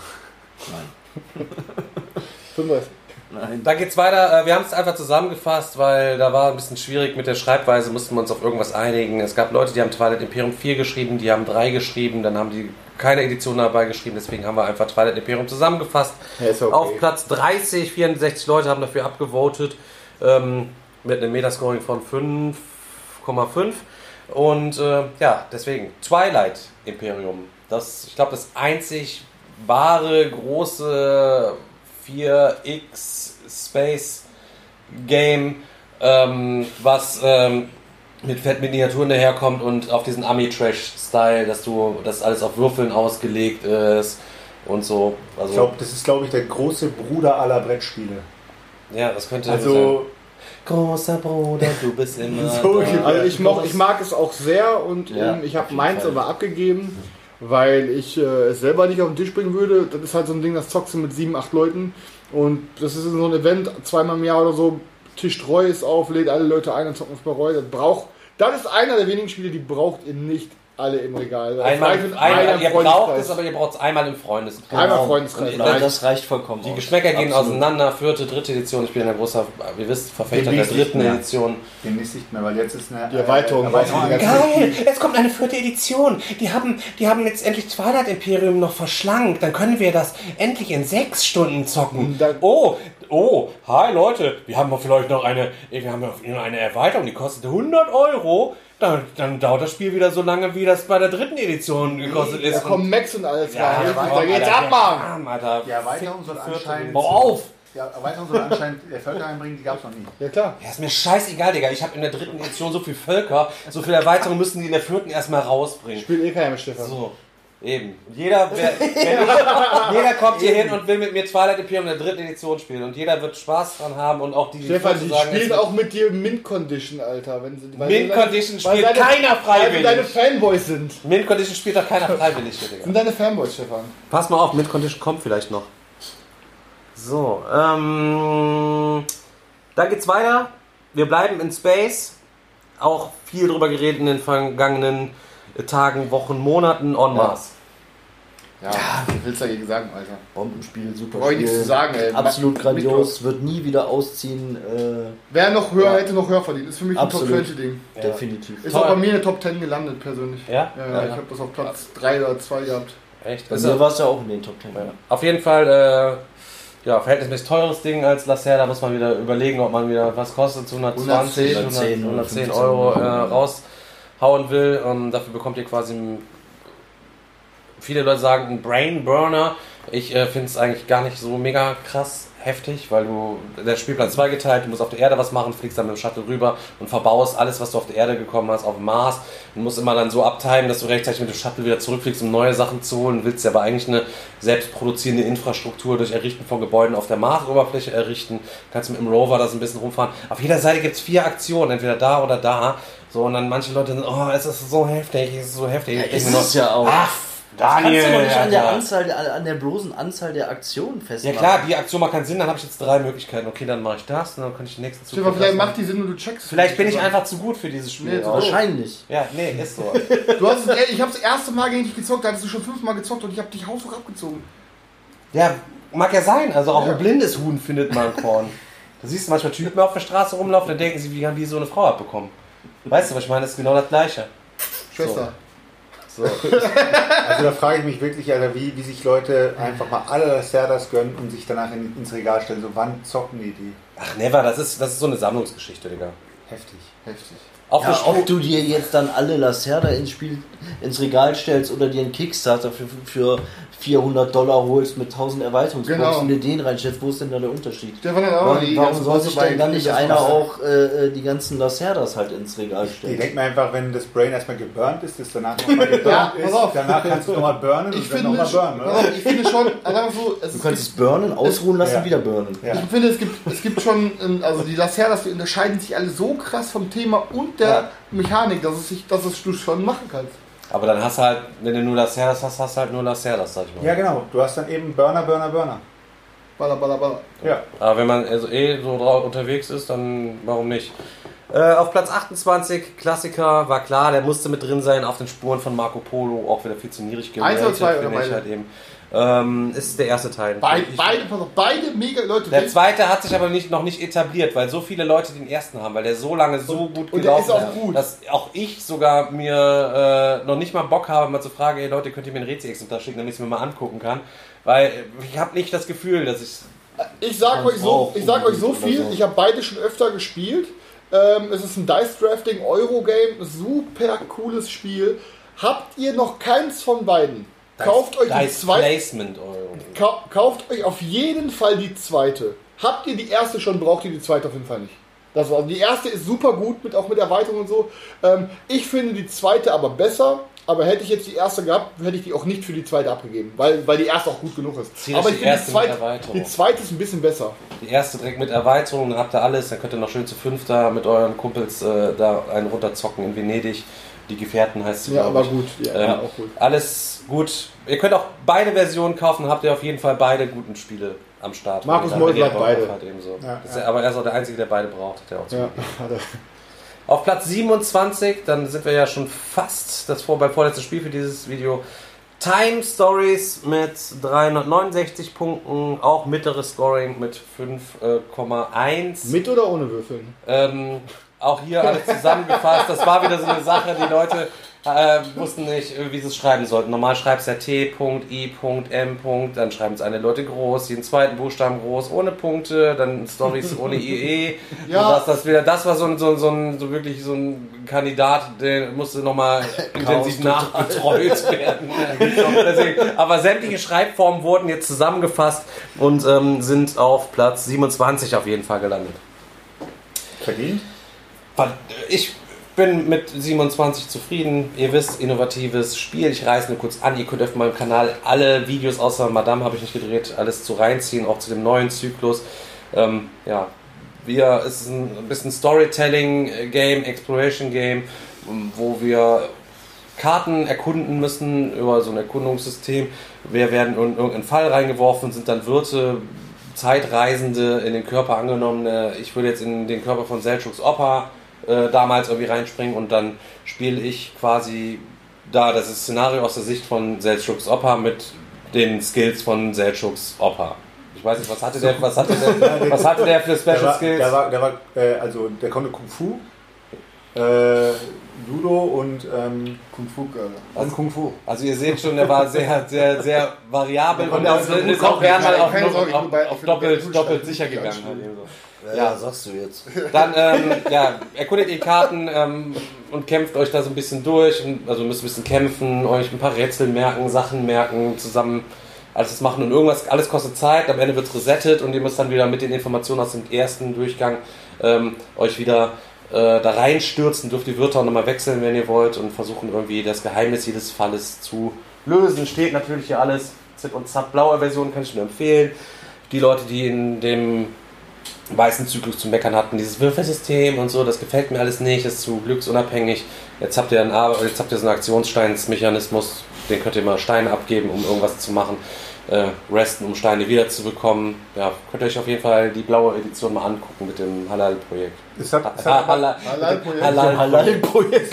Nein. fünfunddreißig. Nein. Dann geht's weiter. Äh, Wir haben es einfach zusammengefasst, weil da war ein bisschen schwierig mit der Schreibweise, mussten wir uns auf irgendwas einigen. Es gab Leute, die haben Twilight Imperium vier geschrieben, die haben drei geschrieben, dann haben die keine Edition dabei geschrieben, deswegen haben wir einfach Twilight Imperium zusammengefasst. Ja, ist okay. Auf Platz dreißig, vierundsechzig Leute haben dafür abgevotet, ähm, mit einem Metascoring von fünf Komma fünf. Und äh, ja, deswegen Twilight Imperium. Das, ich glaube, das einzig wahre große vier X Space Game, ähm, was ähm, mit fetten Miniaturen daherkommt und auf diesen Ami-Trash-Style, dass du, dass alles auf Würfeln ausgelegt ist und so. Also, Ich glaube, das ist, glaube ich, der große Bruder aller Brettspiele. ja, das könnte Also, großer Bruder, du bist immer So da. Also ich, moch, ich mag es auch sehr und Ja, ähm, ich habe auf jeden meins Fall. aber abgegeben, weil ich äh, es selber nicht auf den Tisch bringen würde. Das ist halt so ein Ding, das zockst du mit sieben, acht Leuten und das ist so ein Event, zweimal im Jahr oder so, Tisch treu ist auf, lädt alle Leute ein und zocken es bei Reue. Das braucht, das ist einer der wenigen Spiele, die braucht ihr nicht alle im Regal. Das Einmal, reicht mit einmal, einem ihr braucht Freundeskreis. es, aber ihr braucht es einmal im Freundeskreis. Einmal Freundeskreis. Und Das, reicht. das reicht vollkommen. Die aus. Geschmäcker gehen Absolut. auseinander, vierte, dritte Edition. Ich bin ein großer, ihr wisst, Verfechter der Demnächst nicht dritten mehr. Edition. demnächst nicht mehr, weil jetzt ist eine Die Erweiterung. Erweiterung. Ja, Geil, es kommt eine vierte Edition. Die haben, die haben jetzt endlich Twilight Imperium noch verschlankt. Dann können wir das endlich in sechs Stunden zocken. Da- Oh, oh, hi Leute, wir haben vielleicht noch eine, wir haben noch eine Erweiterung, die kostet hundert Euro. Dann, dann dauert das Spiel wieder so lange, wie das bei der dritten Edition gekostet Da ist. kommen Max und alles Ja, rein. komm, Da geht's Alter, ab, Mann! Mann, Alter. Die Erweiterung soll Vierte anscheinend. Bau auf! Die Erweiterung soll anscheinend der Völker einbringen, die gab es noch nie. Ja klar. Ja, ist mir scheißegal, Digga. Ich habe in der dritten Edition so viel Völker, so viel Erweiterung müssen die in der vierten erstmal rausbringen. Spielt eh keiner mit Stefan. So, eben. Jeder, wer, wenn ich, jeder kommt hier hin und will mit mir Twilight Imperium in der dritten Edition spielen und jeder wird Spaß dran haben und auch die, die Stefan, die sagen, spielen es- auch mit dir Mint Condition, Alter. Wenn sie, weil Mint sie deine- Condition weil spielt deine- keiner Weil sie deine freiwillig. Fanboys sind. Mint Condition spielt doch keiner freiwillig hier, Digga. Sind deine Fanboys, Stefan. Pass mal auf, Mint Condition kommt vielleicht noch. So, ähm, dann geht's weiter. Wir bleiben in Space. auch viel drüber geredet in den vergangenen Tagen, Wochen, Monaten en masse. Ja, ja, was willst du dagegen sagen, Alter? Bombenspiel, super Brauche ich Spiel. nichts zu sagen, ey. Absolut Mit- grandios, wird nie wieder ausziehen. Äh, Wer noch höher Ja. hätte noch höher verdient. Ist für mich ein Top Absolut. zwanzig Ding. Ja. Definitiv. Ist Toll. auch bei mir in der Top zehn gelandet, persönlich. Ja? Ja, ja, Ja. ich habe das auf Platz drei oder zwei gehabt. Echt? Bei Ist mir ja- war es ja auch in den Top Ten. Auf jeden Fall, äh, ja, verhältnismäßig teures Ding als Lacerda, muss man wieder überlegen, ob man wieder, was kostet, hundertzwanzig, hundertzehn, hundertzehn Euro äh, raushauen will. Und dafür bekommt ihr quasi, ein, viele Leute sagen, einen Brain Burner. Ich äh, finde es eigentlich gar nicht so mega krass heftig, weil du, der Spielplan ist zweigeteilt, du musst auf der Erde was machen, fliegst dann mit dem Shuttle rüber und verbaust alles, was du auf der Erde gekommen hast, auf dem Mars. Du musst immer dann so abtimen, dass du rechtzeitig mit dem Shuttle wieder zurückfliegst, um neue Sachen zu holen. Du willst ja aber eigentlich eine selbstproduzierende Infrastruktur durch Errichten von Gebäuden auf der Marsoberfläche errichten. Kannst mit dem Rover das ein bisschen rumfahren. Auf jeder Seite gibt es vier Aktionen, entweder da oder da. So, und dann manche Leute sind, oh, es ist so heftig, es ist so heftig. Ich ist denke mir es ja auch. Ach, Das Daniel, kannst du doch nicht an der, Alter. Anzahl, der- an der bloßen Anzahl der Aktionen Ja festmachen. klar, die Aktion macht keinen Sinn, dann habe ich jetzt drei Möglichkeiten. Okay, dann mache ich das und dann kann ich den nächsten Zug. Stefan, vielleicht lassen. macht die Sinn und du checkst. Vielleicht bin ich einfach zu gut für dieses Spiel. Nee, auch. Wahrscheinlich. Ja, nee, ist so. Du hast es, ich habe das erste Mal gegen dich gezockt, da hattest du schon fünfmal gezockt und ich habe dich haushoch abgezogen. Ja, mag ja sein. Also auch Ja. ein blindes Huhn findet man Korn. Da siehst du manchmal Typen auf der Straße rumlaufen, da denken sie, wie haben die so eine Frau abbekommen. Weißt du, was ich meine? Das ist genau das Gleiche. Schwester. So. Also da frage ich mich wirklich, Alter, wie, wie sich Leute einfach mal alle Lacerdas gönnen und sich danach in, ins Regal stellen. So, wann zocken die die? Ach, never, das ist, das ist so eine Sammlungsgeschichte, Digga. Heftig. Heftig. Auch Ja, eine Spur- ob du dir jetzt dann alle Lacerda ins Spiel, ins Regal stellst oder dir einen Kickstarter für, für vierhundert Dollar holst mit tausend Erweiterungsboxen Genau. und dir den reinstellst, wo ist denn da der Unterschied? Stefan hat auch Warum, die warum ganze soll Bosse sich bei denn dann nicht das einer Wasser. auch äh, die ganzen Lacerdas halt ins Regal Ich stellen? denke mir einfach, wenn das Brain erstmal geburnt ist, das danach nochmal geburnt Ja, pass ist, auf. danach kannst du nochmal burnen Ich und dann finde, nochmal burnen, pass oder? auf, ich finde schon, also so, es Du ist, kannst es burnen, ausruhen lassen, Ja. wieder burnen. Ja. ich finde, es gibt, es gibt schon, ähm, also die Lacerdas, die unterscheiden sich alle so krass vom Thema und der Ja. Mechanik, dass es sich, dass es du schon machen kannst. Aber dann hast du halt, wenn du nur Lacerdas hast, hast du halt nur Lacerdas, sag ich mal. Ja, genau. Du hast dann eben Burner, Burner, Burner. Baller, baller, baller. Ja. Aber wenn man also eh so drauf unterwegs ist, dann warum nicht? Äh, auf Platz achtundzwanzig, Klassiker, war klar, der musste mit drin sein, auf den Spuren von Marco Polo, auch wieder viel zu niedrig Eins oder zwei finde oder ich beide? halt eben. Ähm, ist der erste Teil. Beide, Ich- beide, pass auf, beide mega Leute. Der wenn- zweite hat sich aber nicht, noch nicht etabliert, weil so viele Leute den ersten haben, weil der so lange so gut und der gelaufen ist auch gut. dass auch ich sogar mir äh, noch nicht mal Bock habe, mal zu fragen, ey Leute, könnt ihr mir ein Rätsel-Exemplar schicken, damit ich es mir mal angucken kann, weil ich habe nicht das Gefühl, dass ich Ich sag euch so, auch ich sag euch so unbedingt viel, oder so. ich habe beide schon öfter gespielt. Ähm, es ist ein Dice Drafting Euro-Game, super cooles Spiel. Habt ihr noch keins von beiden? Kauft euch die Dice zweite. Placement Euro. Kau kauft euch auf jeden Fall die zweite. Habt ihr die erste schon, braucht ihr die zweite auf jeden Fall nicht. Das war, die erste ist super gut, mit, auch mit Erweiterung und so. Ähm, ich finde die zweite aber besser, aber hätte ich jetzt die erste gehabt, hätte ich die auch nicht für die zweite abgegeben, weil, weil die erste auch gut genug ist. Zieh Aber euch ich die finde die erste mit zweite, Erweiterung. die zweite ist ein bisschen besser. Die erste direkt mit Erweiterung, dann habt ihr alles, dann könnt ihr noch schön zu fünfter mit euren Kumpels äh, da einen runterzocken in Venedig. Die Gefährten heißt sie, Ja, glaub aber ich. gut. Ja, Ähm, ja, auch gut. Alles gut. Ihr könnt auch beide Versionen kaufen, habt ihr auf jeden Fall beide guten Spiele am Start. Markus Wenn ihr- Moll wenn ihr sagt Bock beide. drauf habt, ebenso. Ja, Das ist ja. ja, aber er ist auch der Einzige, der beide braucht. Hat er auch Ja, Auf Platz siebenundzwanzig, dann sind wir ja schon fast das vor, beim vorletzten Spiel für dieses Video. Time Stories mit dreihundertneunundsechzig Punkten, auch mittleres Scoring mit fünf Komma eins. mit oder ohne Würfeln? Ähm, auch hier alles zusammengefasst. Das war wieder so eine Sache, die Leute äh, wussten nicht, wie sie es schreiben sollten. Normal schreibst du ja T, I, M, dann schreiben es eine Leute groß, jeden zweiten Buchstaben groß, ohne Punkte, dann Stories ohne I E. Ja. Und das, das, wieder, das war so ein, so, ein- so, ein, so wirklich so ein Kandidat, der musste nochmal intensiv nachbetreut werden. Deswegen, aber sämtliche Schreibformen wurden jetzt zusammengefasst und ähm, sind auf Platz siebenundzwanzig auf jeden Fall gelandet. Verdient? Ich bin mit siebenundzwanzig zufrieden. Ihr wisst, innovatives Spiel. Ich reiße nur kurz an. Ihr könnt auf meinem Kanal alle Videos außer Madame habe ich nicht gedreht, alles zu reinziehen, auch zu dem neuen Zyklus. Ähm, ja, wir, es ist ein bisschen Storytelling-Game, Exploration-Game, wo wir Karten erkunden müssen über so ein Erkundungssystem. Wir werden in irgendeinen Fall reingeworfen, sind dann Wirte, Zeitreisende in den Körper angenommen. Ich würde jetzt in den Körper von Selçuks Opa äh, damals irgendwie reinspringen und dann spiele ich quasi da das ist Szenario aus der Sicht von Seldschuks Opa mit den Skills von Seldschuks Opa. Ich weiß nicht, was hatte der, was hatte der, was hatte der für Special der war, Skills? Der war, der war äh, also der konnte Kung Fu, äh, Judo und ähm, Kung Fu, Girl. und Kung Fu. Also ihr seht schon, der war sehr, sehr, sehr variabel und das also ist auch gern mal auf, keine Sorge, ich auf, bin bei- auf ich bin doppelt, bei- doppelt sicher gegangen. Halt eben so. Ja, sagst du jetzt. Dann ähm, ja, erkundet die Karten ähm, und kämpft euch da so ein bisschen durch. Und, also müsst ein bisschen kämpfen, euch ein paar Rätsel merken, Sachen merken, zusammen alles das machen. Und irgendwas, alles kostet Zeit, am Ende wird es resettet und ihr müsst dann wieder mit den Informationen aus dem ersten Durchgang ähm, euch wieder äh, da reinstürzen, dürft die Wörter auch nochmal wechseln, wenn ihr wollt und versuchen irgendwie das Geheimnis jedes Falles zu lösen. Steht natürlich hier alles, Zip und Zap, blaue Version kann ich nur empfehlen. Die Leute, die in dem weißen Zyklus zu meckern hatten, dieses Würfelsystem und so, das gefällt mir alles nicht, ist zu glücksunabhängig. Jetzt habt ihr einen, jetzt habt ihr so einen Aktionssteinsmechanismus, den könnt ihr mal Steine abgeben, um irgendwas zu machen, äh, resten, um Steine wiederzubekommen. Ja, könnt ihr euch auf jeden Fall die blaue Edition mal angucken mit dem Halal-Projekt. Es hat, es Ha- hat, Halal- Halal-Projekt. Halal- Halal-Projekt.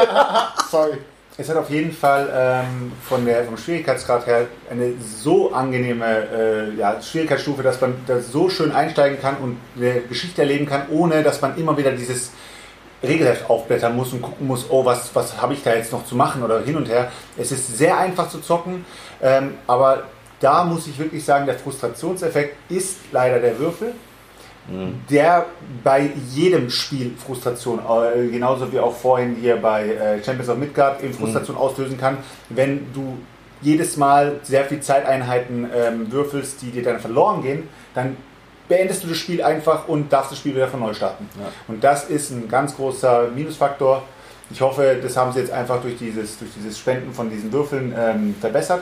Sorry. es hat auf jeden Fall ähm, von der, vom Schwierigkeitsgrad her eine so angenehme äh, ja, Schwierigkeitsstufe, dass man da so schön einsteigen kann und eine Geschichte erleben kann, ohne dass man immer wieder dieses Regelheft aufblättern muss und gucken muss, oh, was, was habe ich da jetzt noch zu machen oder hin und her. Es ist sehr einfach zu zocken, ähm, aber da muss ich wirklich sagen, der Frustrationseffekt ist leider der Würfel, mhm. der bei jedem Spiel Frustration, äh, genauso wie auch vorhin hier bei äh, Champions of Midgard, eben Frustration mhm. auslösen kann, wenn du jedes Mal sehr viel Zeiteinheiten ähm, würfelst, die dir dann verloren gehen, dann beendest du das Spiel einfach und darfst das Spiel wieder von neu starten. Ja. Und das ist ein ganz großer Minusfaktor. Ich hoffe, das haben sie jetzt einfach durch dieses, durch dieses Spenden von diesen Würfeln ähm, verbessert.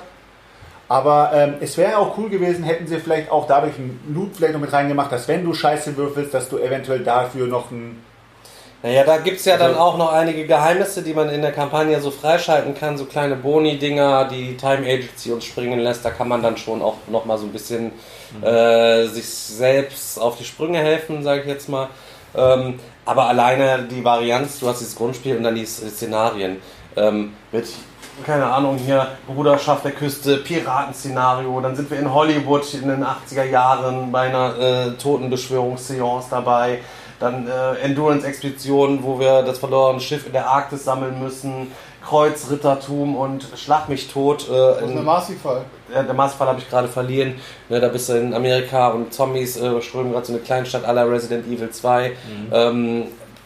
Aber ähm, es wäre auch cool gewesen, hätten sie vielleicht auch dadurch einen Loot vielleicht noch mit reingemacht, dass wenn du Scheiße würfelst, dass du eventuell dafür noch ein... Naja, da gibt es ja dann auch noch einige Geheimnisse, die man in der Kampagne so freischalten kann, so kleine Boni-Dinger, die Time Agency uns springen lässt, da kann man dann schon auch nochmal so ein bisschen mhm. äh, sich selbst auf die Sprünge helfen, sage ich jetzt mal. Ähm, aber alleine die Varianz, du hast dieses Grundspiel und dann die Szenarien ähm, mit, keine Ahnung, hier Bruderschaft der Küste, Piratenszenario, dann sind wir in Hollywood in den achtziger Jahren bei einer äh, Totenbeschwörungsseance dabei. Dann äh, Endurance-Expeditionen, wo wir das verlorene Schiff in der Arktis sammeln müssen, Kreuzrittertum und Schlag mich tot. Äh, Das ist ein Marsifal. Ja, der Marsfall habe ich gerade verliehen. Ne, da bist du in Amerika und Zombies äh, strömen gerade so eine Kleinstadt à la Resident Evil zwei. Mhm. Ähm,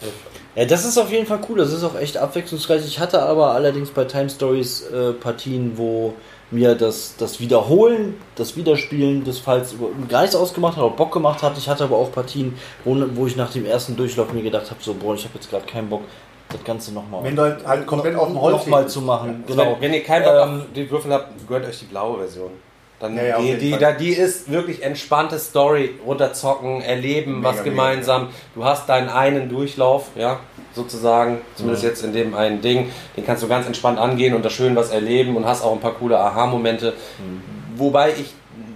ja, das ist auf jeden Fall cool. Das ist auch echt abwechslungsreich. Ich hatte aber allerdings bei Time Stories äh, Partien, wo mir das, das Wiederholen, das Wiederspielen des Falls gar nichts ausgemacht hat, auch Bock gemacht hat. Ich hatte aber auch Partien, wo, wo ich nach dem ersten Durchlauf mir gedacht habe, so, boah, ich habe jetzt gerade keinen Bock, das Ganze nochmal Wenn du halt, halt komplett auf dem Holz nochmal zu machen. ja, Genau. Wenn, wenn ihr keinen Bock ähm, auf die Würfel habt, gehört euch die blaue Version. Dann Ja, ja, auf die, jeden die, Fall. da, die ist wirklich entspannte Story, runterzocken, erleben, Mega, was mega, gemeinsam. mega. Du hast deinen einen Durchlauf, ja, sozusagen, zumindest Mhm. jetzt in dem einen Ding, den kannst du ganz entspannt angehen und da schön was erleben und hast auch ein paar coole Aha-Momente. Mhm. Wobei ich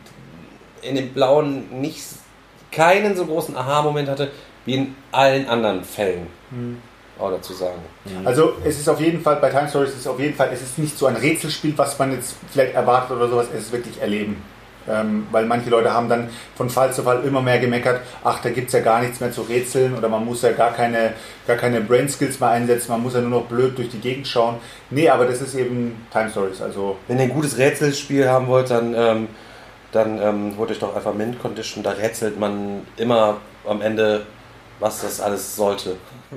in dem blauen nicht keinen so großen Aha-Moment hatte wie in allen anderen Fällen. Mhm. Auch dazu sagen. Also es ist auf jeden Fall, bei Time Stories ist es auf jeden Fall, es ist nicht so ein Rätselspiel, was man jetzt vielleicht erwartet oder sowas, es ist wirklich Erleben. Ähm, weil manche Leute haben dann von Fall zu Fall immer mehr gemeckert, ach, da gibt es ja gar nichts mehr zu rätseln oder man muss ja gar keine, gar keine Brain Skills mehr einsetzen, man muss ja nur noch blöd durch die Gegend schauen. Nee, aber das ist eben Time Stories. Also Wenn ihr ein gutes Rätselspiel haben wollt, dann, ähm, dann ähm, holt euch doch einfach Mint Condition, da rätselt man immer am Ende, was das alles sollte.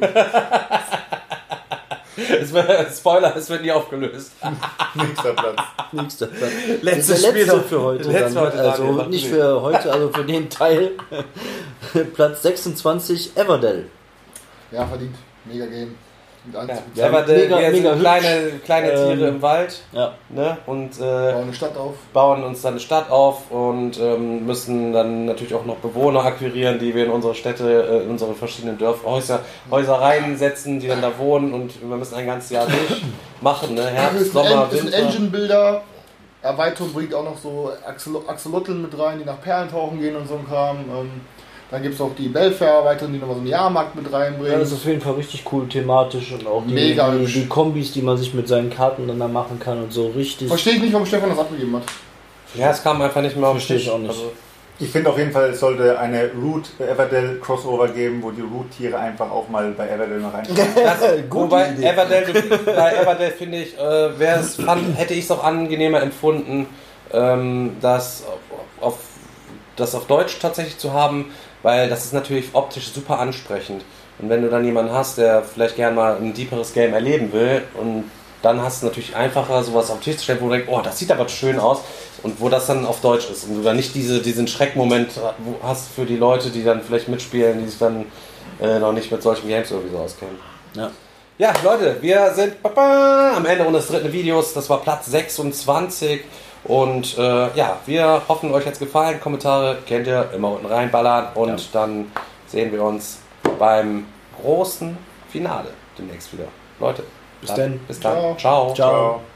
Es wird, Spoiler, es wird nie aufgelöst. nächster Platz. Nächster Platz. Letztes der Spiel letzte noch. für heute. Letztes Dann, heute, also Daniel, nicht mach für heute, also für den Teil. Platz sechsundzwanzig, Everdell. Ja, verdient. Mega Game. Mit eins Ja, mit ja, aber der, mega- wir mega sind kleine, kleine Tiere Ähm, im Wald, Ja. ne? Und äh, bauen eine Stadt auf. bauen uns dann eine Stadt auf und ähm, müssen dann natürlich auch noch Bewohner akquirieren, die wir in unsere Städte, äh, in unsere verschiedenen Dörfer, Häuser, Häuser reinsetzen, die dann da wohnen und wir müssen ein ganzes Jahr durchmachen, ne? Das Herbst, ist ein, Sommer, En- ist ein Winter. Engine-Builder. Erweiterung bringt auch noch so Axolo- Axolotl mit rein, die nach Perlen tauchen gehen und so ein Kram. Ähm, Dann gibt es auch die Belfair-Erweiterung, die nochmal so einen Jahrmarkt mit reinbringt. Ja, das ist auf jeden Fall richtig cool thematisch und auch die, Mega die, hübsch. die Kombis, die man sich mit seinen Karten dann da machen kann und so richtig. Verstehe ich nicht, warum Stefan das abgegeben hat. Ja, es kam einfach nicht mehr auf den Verstehe ich Tisch. auch nicht. Also, Ich finde auf jeden Fall, es sollte eine Root-Everdell-Crossover geben, wo die Root-Tiere einfach auch mal bei Everdell noch reinkommen. Das, wobei Everdell, bei Everdell finde ich, äh, wär's, fand, hätte ich es auch angenehmer empfunden, ähm, das, auf, das auf Deutsch tatsächlich zu haben, weil das ist natürlich optisch super ansprechend. Und wenn du dann jemanden hast, der vielleicht gerne mal ein deeperes Game erleben will, und dann hast du natürlich einfacher, sowas auf den Tisch zu stellen, wo du denkst, oh, das sieht aber schön aus, und wo das dann auf Deutsch ist und du dann nicht diese, diesen Schreckmoment hast für die Leute, die dann vielleicht mitspielen, die sich dann äh, noch nicht mit solchen Games sowieso auskennen. Ja. Ja, Leute, wir sind baba, am Ende unseres dritten Videos. Das war Platz sechsundzwanzig. Und äh, ja, wir hoffen, euch hat's gefallen. Kommentare kennt ihr, immer unten reinballern. Und ja. Dann sehen wir uns beim großen Finale demnächst wieder. Leute, bis dann. Bis dann. Ciao. Ciao. Ciao.